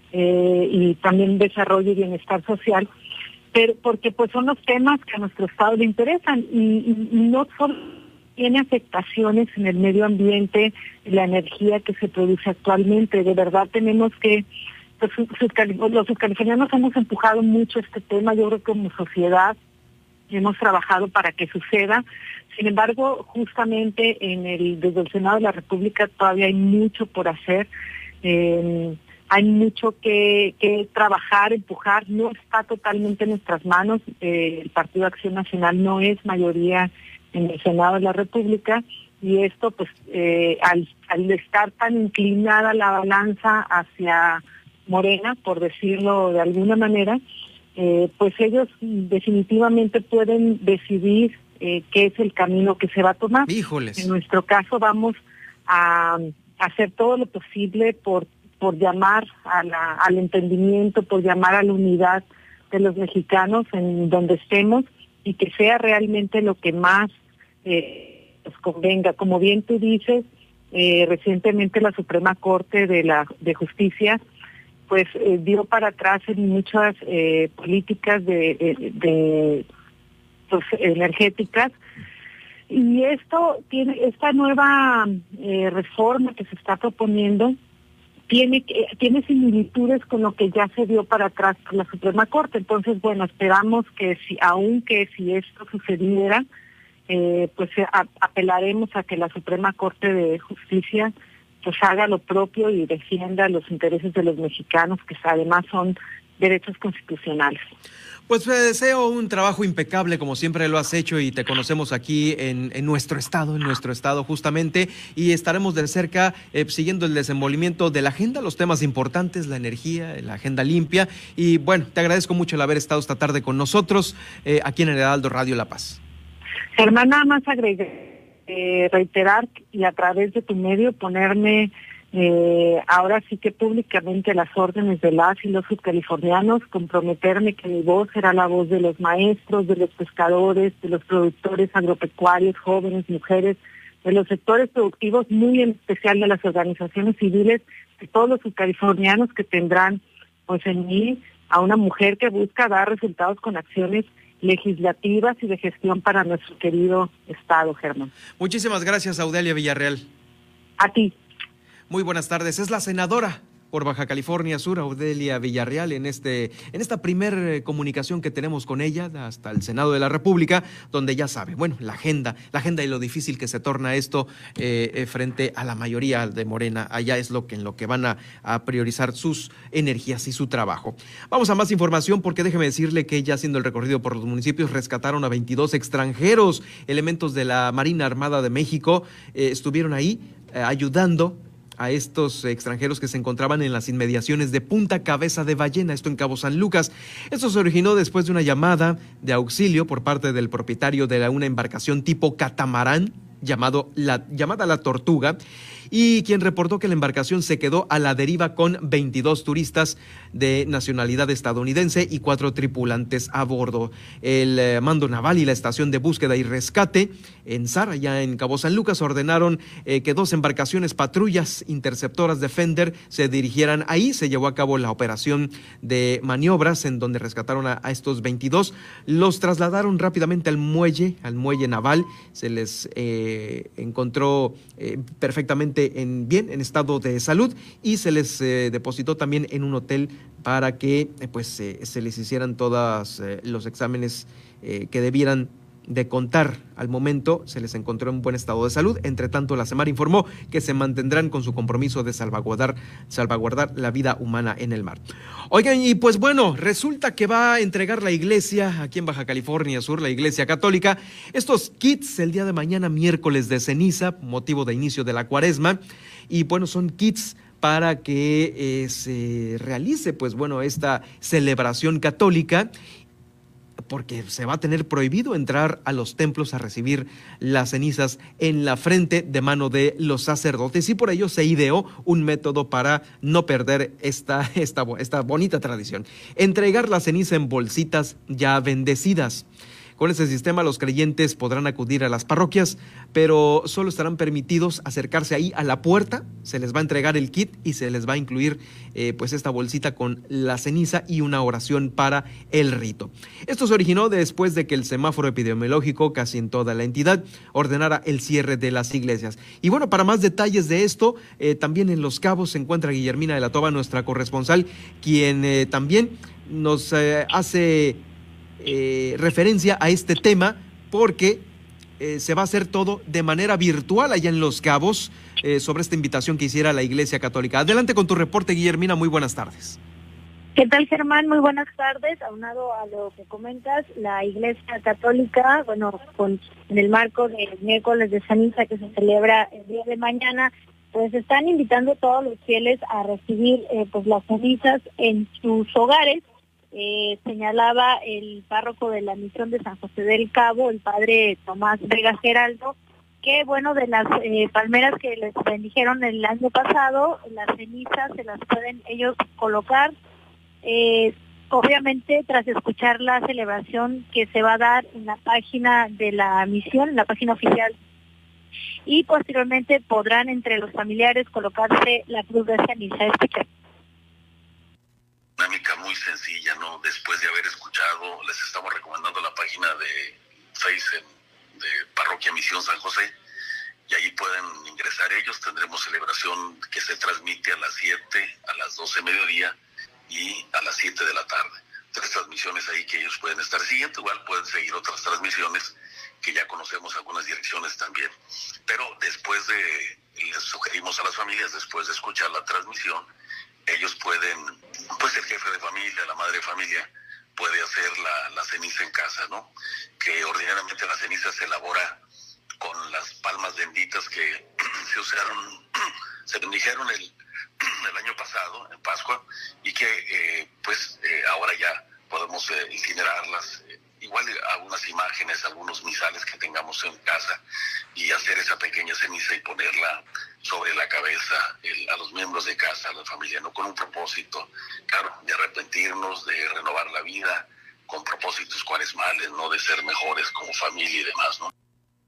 y también Desarrollo y Bienestar Social, pero porque pues son los temas que a nuestro Estado le interesan, y no solo tiene afectaciones en el medio ambiente, la energía que se produce actualmente. De verdad tenemos que, los subcalifornianos hemos empujado mucho este tema. Yo creo que como sociedad hemos trabajado para que suceda. Sin embargo, justamente desde el Senado de la República todavía hay mucho por hacer, hay mucho que trabajar, empujar. No está totalmente en nuestras manos. El Partido Acción Nacional no es mayoría en el Senado de la República, y esto pues al estar tan inclinada la balanza hacia Morena, por decirlo de alguna manera, pues ellos definitivamente pueden decidir qué es el camino que se va a tomar. Híjoles. En nuestro caso vamos a hacer todo lo posible por llamar al entendimiento, por llamar a la unidad de los mexicanos en donde estemos, y que sea realmente lo que más nos convenga. Como bien tú dices, recientemente la Suprema Corte de Justicia pues dio para atrás en muchas políticas energéticas, y esta nueva reforma que se está proponiendo tiene similitudes con lo que ya se dio para atrás por la Suprema Corte. Entonces, bueno, esperamos que si esto sucediera, pues apelaremos a que la Suprema Corte de Justicia pues haga lo propio y defienda los intereses de los mexicanos, que además son derechos constitucionales. Pues te deseo un trabajo impecable como siempre lo has hecho y te conocemos aquí en nuestro estado justamente, y estaremos de cerca siguiendo el desenvolvimiento de la agenda, los temas importantes, la energía, la agenda limpia, y bueno, te agradezco mucho el haber estado esta tarde con nosotros aquí en el Heraldo Radio La Paz. Germán, nada más reiterar y a través de tu medio ponerme ahora sí que públicamente las órdenes de las y los subcalifornianos, comprometerme que mi voz será la voz de los maestros, de los pescadores, de los productores agropecuarios, jóvenes, mujeres, de los sectores productivos, muy en especial de las organizaciones civiles, de todos los subcalifornianos que tendrán pues en mí a una mujer que busca dar resultados con acciones legislativas y de gestión para nuestro querido estado, Germán. Muchísimas gracias, Audelia Villarreal. A ti. Muy buenas tardes. Es la senadora por Baja California Sur, Audelia Villarreal, en esta primer comunicación que tenemos con ella hasta el Senado de la República, donde ya sabe, bueno, la agenda y lo difícil que se torna esto frente a la mayoría de Morena. Allá es en lo que van a priorizar sus energías y su trabajo. Vamos a más información, porque déjeme decirle que ya haciendo el recorrido por los municipios rescataron a 22 extranjeros. Elementos de la Marina Armada de México estuvieron ahí ayudando a estos extranjeros que se encontraban en las inmediaciones de Punta Cabeza de Ballena, esto en Cabo San Lucas. Esto se originó después de una llamada de auxilio por parte del propietario de una embarcación tipo catamarán llamada La Tortuga, y quien reportó que la embarcación se quedó a la deriva con 22 turistas de nacionalidad estadounidense y 4 tripulantes a bordo. El Mando Naval y la Estación de Búsqueda y Rescate en SAR, allá en Cabo San Lucas, ordenaron que 2 embarcaciones patrullas interceptoras Defender se dirigieran ahí. Se llevó a cabo la operación de maniobras en donde rescataron a estos 22. Los trasladaron rápidamente al muelle naval. Se les encontró perfectamente en estado de salud, y se les depositó también en un hotel para que se les hicieran todos los exámenes que debieran de contar. Al momento se les encontró en buen estado de salud. Entre tanto, la Semar informó que se mantendrán con su compromiso de salvaguardar la vida humana en el mar. Oigan, y pues bueno, resulta que va a entregar la iglesia aquí en Baja California Sur, la Iglesia Católica, estos kits el día de mañana, miércoles de ceniza, motivo de inicio de la Cuaresma. Y bueno, son kits para que se realice pues bueno esta celebración católica, porque se va a tener prohibido entrar a los templos a recibir las cenizas en la frente de mano de los sacerdotes, y por ello se ideó un método para no perder esta bonita tradición: entregar la ceniza en bolsitas ya bendecidas. Con ese sistema, los creyentes podrán acudir a las parroquias, pero solo estarán permitidos acercarse ahí a la puerta. Se les va a entregar el kit y se les va a incluir pues esta bolsita con la ceniza y una oración para el rito. Esto se originó después de que el semáforo epidemiológico casi en toda la entidad ordenara el cierre de las iglesias. Y bueno, para más detalles de esto, también en Los Cabos se encuentra Guillermina de la Toba, nuestra corresponsal, quien también nos hace referencia a este tema, porque se va a hacer todo de manera virtual allá en Los Cabos, sobre esta invitación que hiciera la Iglesia Católica. Adelante con tu reporte, Guillermina, muy buenas tardes. ¿Qué tal, Germán? Muy buenas tardes. Aunado a lo que comentas, la Iglesia Católica, bueno, en el marco del miércoles de ceniza que se celebra el día de mañana, pues están invitando a todos los fieles a recibir pues las cenizas en sus hogares. Señalaba el párroco de la misión de San José del Cabo, el padre Tomás Vega Geraldo, que bueno, de las palmeras que les bendijeron el año pasado, las cenizas se las pueden ellos colocar, obviamente tras escuchar la celebración que se va a dar en la página de la misión, en la página oficial, y posteriormente podrán entre los familiares colocarse la cruz de ceniza. Escuchen. Dinámica muy sencilla, ¿no? Después de haber escuchado, les estamos recomendando la página de Facebook de Parroquia Misión San José, y ahí pueden ingresar ellos. Tendremos celebración que se transmite a las 7, a las 12 mediodía y a las 7 de la tarde. 3 transmisiones ahí que ellos pueden estar siguiendo. Igual pueden seguir otras transmisiones que ya conocemos, algunas direcciones también. Pero les sugerimos a las familias, después de escuchar la transmisión, ellos pueden pues el jefe de familia, la madre de familia, puede hacer la ceniza en casa, ¿no? Que ordinariamente la ceniza se elabora con las palmas benditas que se usaron, se bendijeron el año pasado, en Pascua, y que ahora ya podemos incinerarlas, igual algunas imágenes, algunos misales que tengamos en casa, y hacer esa pequeña ceniza y ponerla sobre la cabeza a los miembros de casa, a la familia, ¿no? Con un propósito, claro, de arrepentirnos, de renovar la vida, con propósitos cuaresmales, ¿no? De ser mejores como familia y demás, ¿no?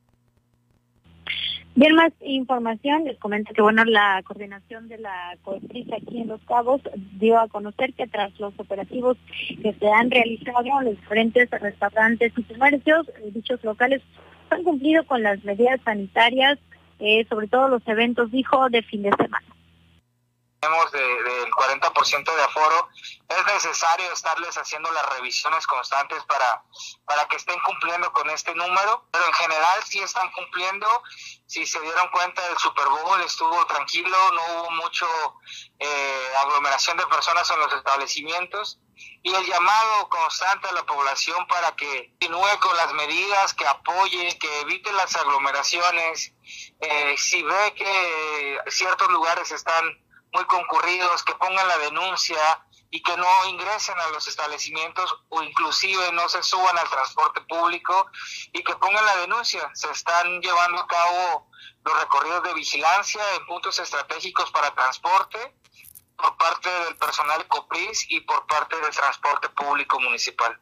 Bien, más información, les comento que la coordinación de la COEPRIS aquí en Los Cabos dio a conocer que tras los operativos que se han realizado en los diferentes restaurantes y comercios, dichos locales han cumplido con las medidas sanitarias, sobre todo los eventos, dijo, de fin de semana. Tenemos del 40% de aforo, es necesario estarles haciendo las revisiones constantes para que estén cumpliendo con este número, pero en general sí están cumpliendo. Si se dieron cuenta, el Super Bowl estuvo tranquilo, no hubo mucho aglomeración de personas en los establecimientos, y el llamado constante a la población para que continúe con las medidas, que apoye, que evite las aglomeraciones. Si ve que ciertos lugares están muy concurridos, que pongan la denuncia y que no ingresen a los establecimientos o inclusive no se suban al transporte público, y que pongan la denuncia. Se están llevando a cabo los recorridos de vigilancia en puntos estratégicos para transporte por parte del personal COEPRIS y por parte del transporte público municipal.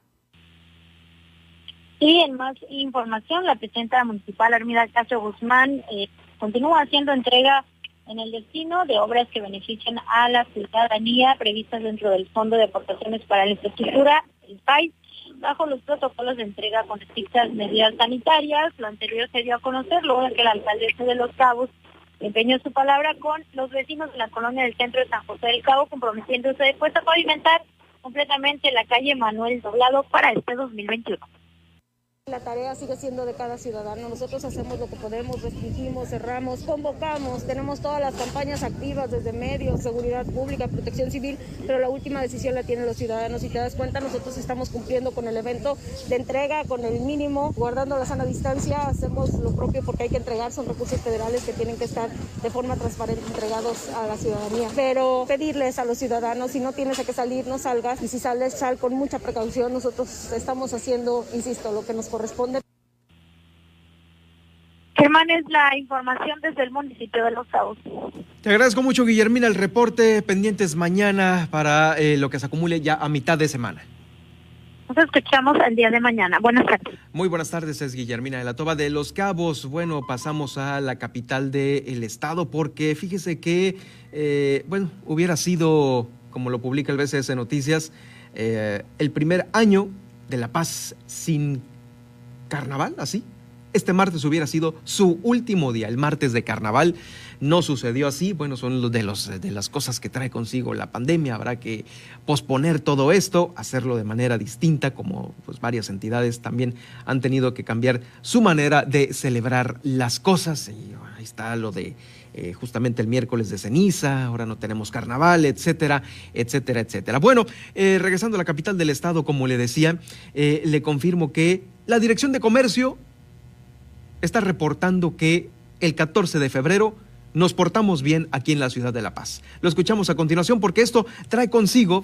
Y en más información, la presidenta municipal Armida Castro Guzmán continúa haciendo entrega en el destino de obras que benefician a la ciudadanía previstas dentro del Fondo de Aportaciones para la Infraestructura, el PAIS, bajo los protocolos de entrega con estrictas medidas sanitarias. Lo anterior se dio a conocer luego de que la alcaldesa de Los Cabos empeñó su palabra con los vecinos de la colonia del centro de San José del Cabo, comprometiéndose después a pavimentar completamente la calle Manuel Doblado para este 2021. La tarea sigue siendo de cada ciudadano. Nosotros hacemos lo que podemos, restringimos, cerramos, convocamos, tenemos todas las campañas activas desde medios, seguridad pública, protección civil, pero la última decisión la tienen los ciudadanos. Si te das cuenta, nosotros estamos cumpliendo con el evento de entrega, con el mínimo, guardando la sana distancia, hacemos lo propio porque hay que entregar, son recursos federales que tienen que estar de forma transparente entregados a la ciudadanía. Pero pedirles a los ciudadanos, si no tienes a qué salir, no salgas, y si sales, sal con mucha precaución. Nosotros estamos haciendo, insisto, lo que nos corresponde. Germán, es la información desde el municipio de Los Cabos. Te agradezco mucho, Guillermina, el reporte. Pendientes mañana para lo que se acumule ya a mitad de semana. Nos escuchamos el día de mañana. Buenas tardes. Muy buenas tardes, es Guillermina de la Toba de Los Cabos. Bueno, pasamos a la capital del estado porque fíjese que, hubiera sido, como lo publica el BCS Noticias, el primer año de La Paz sin carnaval, así. Este martes hubiera sido su último día, el martes de carnaval. No sucedió así. Bueno, son de las cosas que trae consigo la pandemia. Habrá que posponer todo esto, hacerlo de manera distinta, como pues varias entidades también han tenido que cambiar su manera de celebrar las cosas. Y ahí está lo de justamente el miércoles de ceniza, ahora no tenemos carnaval, etcétera, etcétera, etcétera. Bueno, regresando a la capital del estado, como le decía, le confirmo que la Dirección de Comercio está reportando que el 14 de febrero nos portamos bien aquí en la ciudad de La Paz. Lo escuchamos a continuación porque esto trae consigo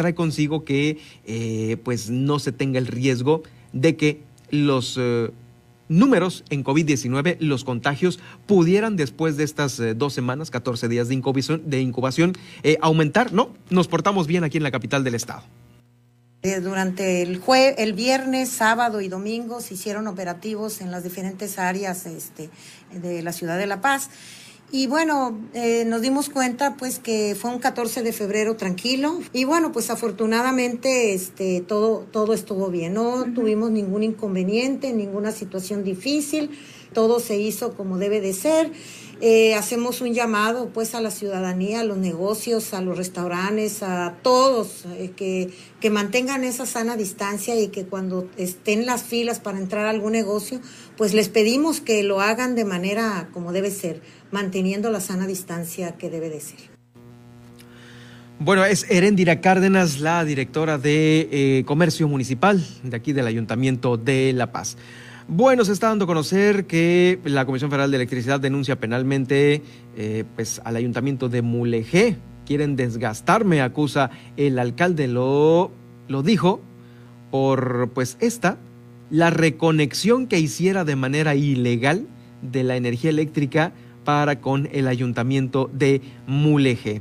que pues no se tenga el riesgo de que los números en COVID-19, los contagios, pudieran después de estas 2 semanas, 14 días de incubación, aumentar. No, nos portamos bien aquí en la capital del estado. Durante el viernes, sábado y domingo se hicieron operativos en las diferentes áreas de la ciudad de La Paz. Y bueno, nos dimos cuenta pues que fue un 14 de febrero tranquilo. Y bueno, pues afortunadamente todo estuvo bien. No tuvimos ningún inconveniente, ninguna situación difícil. Todo se hizo como debe de ser. Hacemos un llamado pues a la ciudadanía, a los negocios, a los restaurantes, a todos que mantengan esa sana distancia y que cuando estén las filas para entrar a algún negocio, pues les pedimos que lo hagan de manera como debe ser, manteniendo la sana distancia que debe de ser. Bueno, es Heréndira Cárdenas, la directora de Comercio Municipal de aquí del Ayuntamiento de La Paz. Bueno, se está dando a conocer que la Comisión Federal de Electricidad denuncia penalmente pues al Ayuntamiento de Mulegé. Quieren desgastarme, acusa el alcalde, lo dijo por pues la reconexión que hiciera de manera ilegal de la energía eléctrica para con el Ayuntamiento de Mulegé.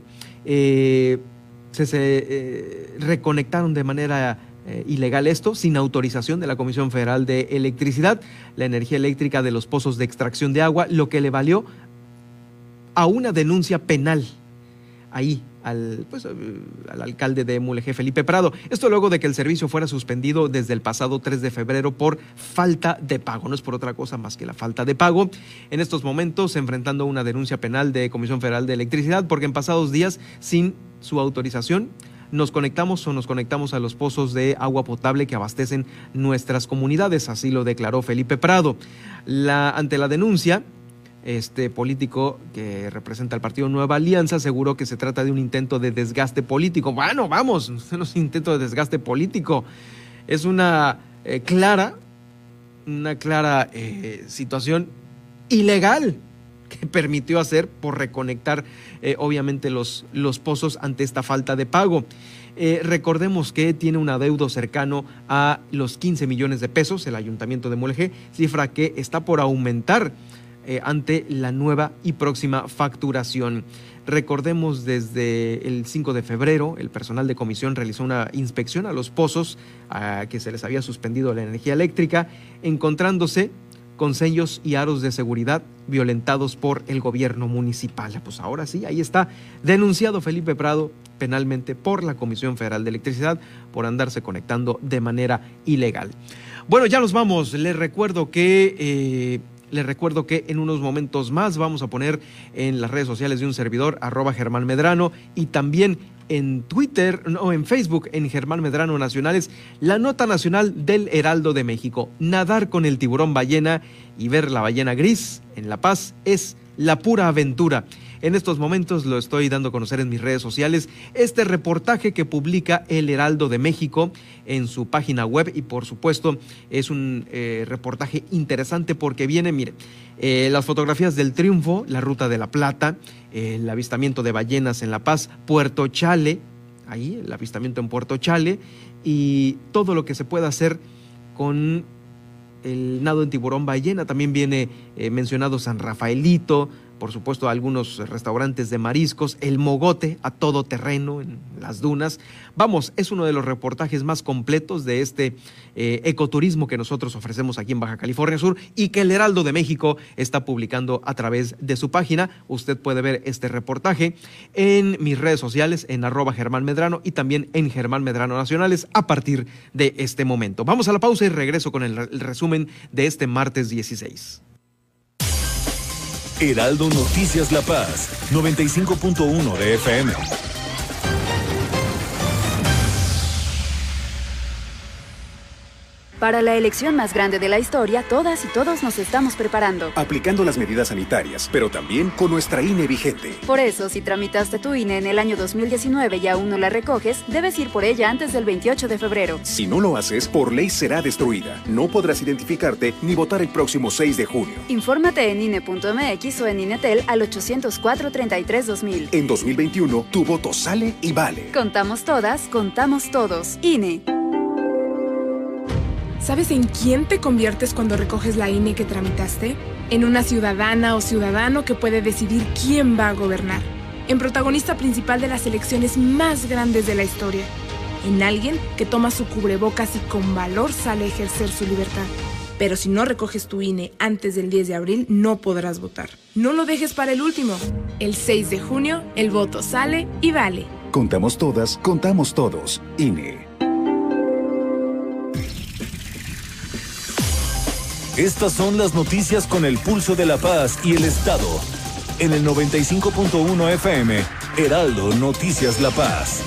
Se reconectaron de manera ilegal esto, sin autorización de la Comisión Federal de Electricidad, la energía eléctrica de los pozos de extracción de agua, lo que le valió a una denuncia penal ahí al alcalde de Mulegé, Felipe Prado. Esto luego de que el servicio fuera suspendido desde el pasado 3 de febrero por falta de pago. No es por otra cosa más que la falta de pago. En estos momentos, enfrentando una denuncia penal de Comisión Federal de Electricidad, porque en pasados días, sin su autorización, nos conectamos a los pozos de agua potable que abastecen nuestras comunidades. Así lo declaró Felipe Prado. Ante la denuncia, este político que representa al partido Nueva Alianza aseguró que se trata de un intento de desgaste político. Bueno, vamos, no es un intento de desgaste político, es una clara situación ilegal que permitió hacer por reconectar obviamente los pozos ante esta falta de pago. Recordemos que tiene un adeudo cercano a los 15 millones de pesos el Ayuntamiento de Mulegé, cifra que está por aumentar ante la nueva y próxima facturación. Recordemos, desde el 5 de febrero, el personal de comisión realizó una inspección a los pozos que se les había suspendido la energía eléctrica, encontrándose con sellos y aros de seguridad violentados por el gobierno municipal. Pues ahora sí, ahí está denunciado Felipe Prado penalmente por la Comisión Federal de Electricidad por andarse conectando de manera ilegal. Bueno, ya nos vamos. Les recuerdo que en unos momentos más vamos a poner en las redes sociales de un servidor, @Germán Medrano, y también en Twitter, en Facebook, en Germán Medrano Nacionales, la nota nacional del Heraldo de México. Nadar con el tiburón ballena y ver la ballena gris en La Paz es la pura aventura. En estos momentos lo estoy dando a conocer en mis redes sociales, este reportaje que publica el Heraldo de México en su página web, y por supuesto es un reportaje interesante porque viene, mire, las fotografías del triunfo, la Ruta de la Plata, el avistamiento de ballenas en La Paz, Puerto Chale, ahí el avistamiento en Puerto Chale, y todo lo que se pueda hacer con el nado en tiburón ballena. También viene mencionado San Rafaelito, por supuesto algunos restaurantes de mariscos, el mogote a todo terreno en las dunas. Vamos, es uno de los reportajes más completos de este ecoturismo que nosotros ofrecemos aquí en Baja California Sur y que el Heraldo de México está publicando a través de su página. Usted puede ver este reportaje en mis redes sociales, en @Germán Medrano, y también en Germán Medrano Nacionales a partir de este momento. Vamos a la pausa y regreso con el resumen de este martes 16. Heraldo Noticias La Paz, 95.1 de FM. Para la elección más grande de la historia, todas y todos nos estamos preparando. Aplicando las medidas sanitarias, pero también con nuestra INE vigente. Por eso, si tramitaste tu INE en el año 2019 y aún no la recoges, debes ir por ella antes del 28 de febrero. Si no lo haces, por ley será destruida. No podrás identificarte ni votar el próximo 6 de junio. Infórmate en INE.mx o en INETEL al 804-33-2000. En 2021, tu voto sale y vale. Contamos todas, contamos todos. INE. ¿Sabes en quién te conviertes cuando recoges la INE que tramitaste? En una ciudadana o ciudadano que puede decidir quién va a gobernar. En protagonista principal de las elecciones más grandes de la historia. En alguien que toma su cubrebocas y con valor sale a ejercer su libertad. Pero si no recoges tu INE antes del 10 de abril, no podrás votar. No lo dejes para el último. El 6 de junio, el voto sale y vale. Contamos todas, contamos todos. INE. Estas son las noticias con el pulso de La Paz y el Estado. En el 95.1 FM, Heraldo Noticias La Paz.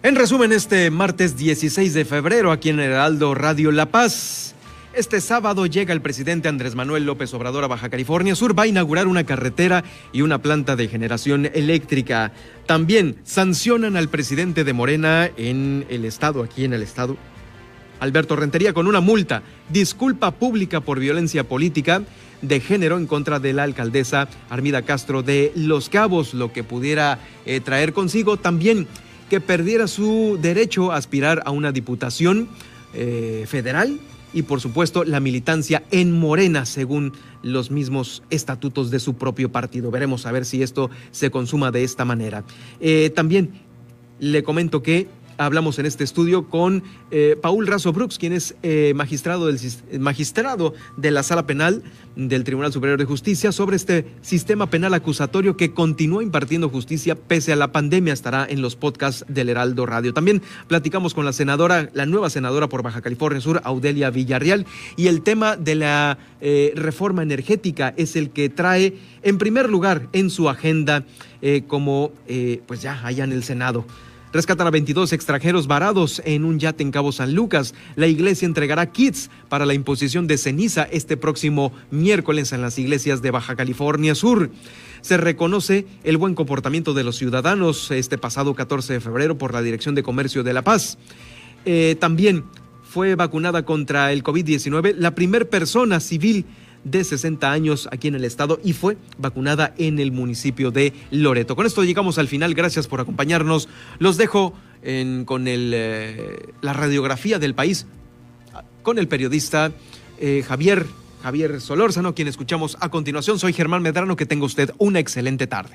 En resumen, este martes 16 de febrero, aquí en Heraldo Radio La Paz, este sábado llega el presidente Andrés Manuel López Obrador a Baja California Sur, va a inaugurar una carretera y una planta de generación eléctrica. También sancionan al presidente de Morena en el estado, aquí en el estado, Alberto Rentería, con una multa, disculpa pública por violencia política de género en contra de la alcaldesa Armida Castro de Los Cabos, lo que pudiera traer consigo también que perdiera su derecho a aspirar a una diputación federal y, por supuesto, la militancia en Morena, según los mismos estatutos de su propio partido. Veremos a ver si esto se consuma de esta manera. También le comento que hablamos en este estudio con Paul Razo Brooks, quien es magistrado de la Sala Penal del Tribunal Superior de Justicia, sobre este sistema penal acusatorio que continúa impartiendo justicia pese a la pandemia. Estará en los podcasts del Heraldo Radio. También platicamos con la nueva senadora por Baja California Sur, Audelia Villarreal, y el tema de la reforma energética es el que trae en primer lugar en su agenda, pues ya allá en el Senado. Rescatan a 22 extranjeros varados en un yate en Cabo San Lucas. La iglesia entregará kits para la imposición de ceniza este próximo miércoles en las iglesias de Baja California Sur. Se reconoce el buen comportamiento de los ciudadanos este pasado 14 de febrero por la Dirección de Comercio de La Paz. También fue vacunada contra el COVID-19 la primer persona civil de 60 años aquí en el estado y fue vacunada en el municipio de Loreto. Con esto llegamos al final. Gracias por acompañarnos. Los dejo con la radiografía del país con el periodista Javier Solórzano, quien escuchamos a continuación. Soy Germán Medrano. Que tenga usted una excelente tarde.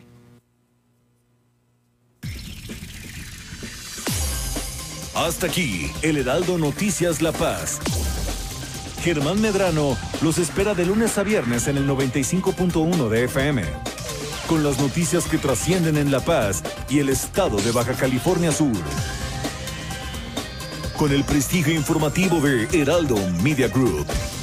Hasta aquí, el Heraldo Noticias La Paz. Germán Medrano los espera de lunes a viernes en el 95.1 de FM, con las noticias que trascienden en La Paz y el estado de Baja California Sur. Con el prestigio informativo de Heraldo Media Group.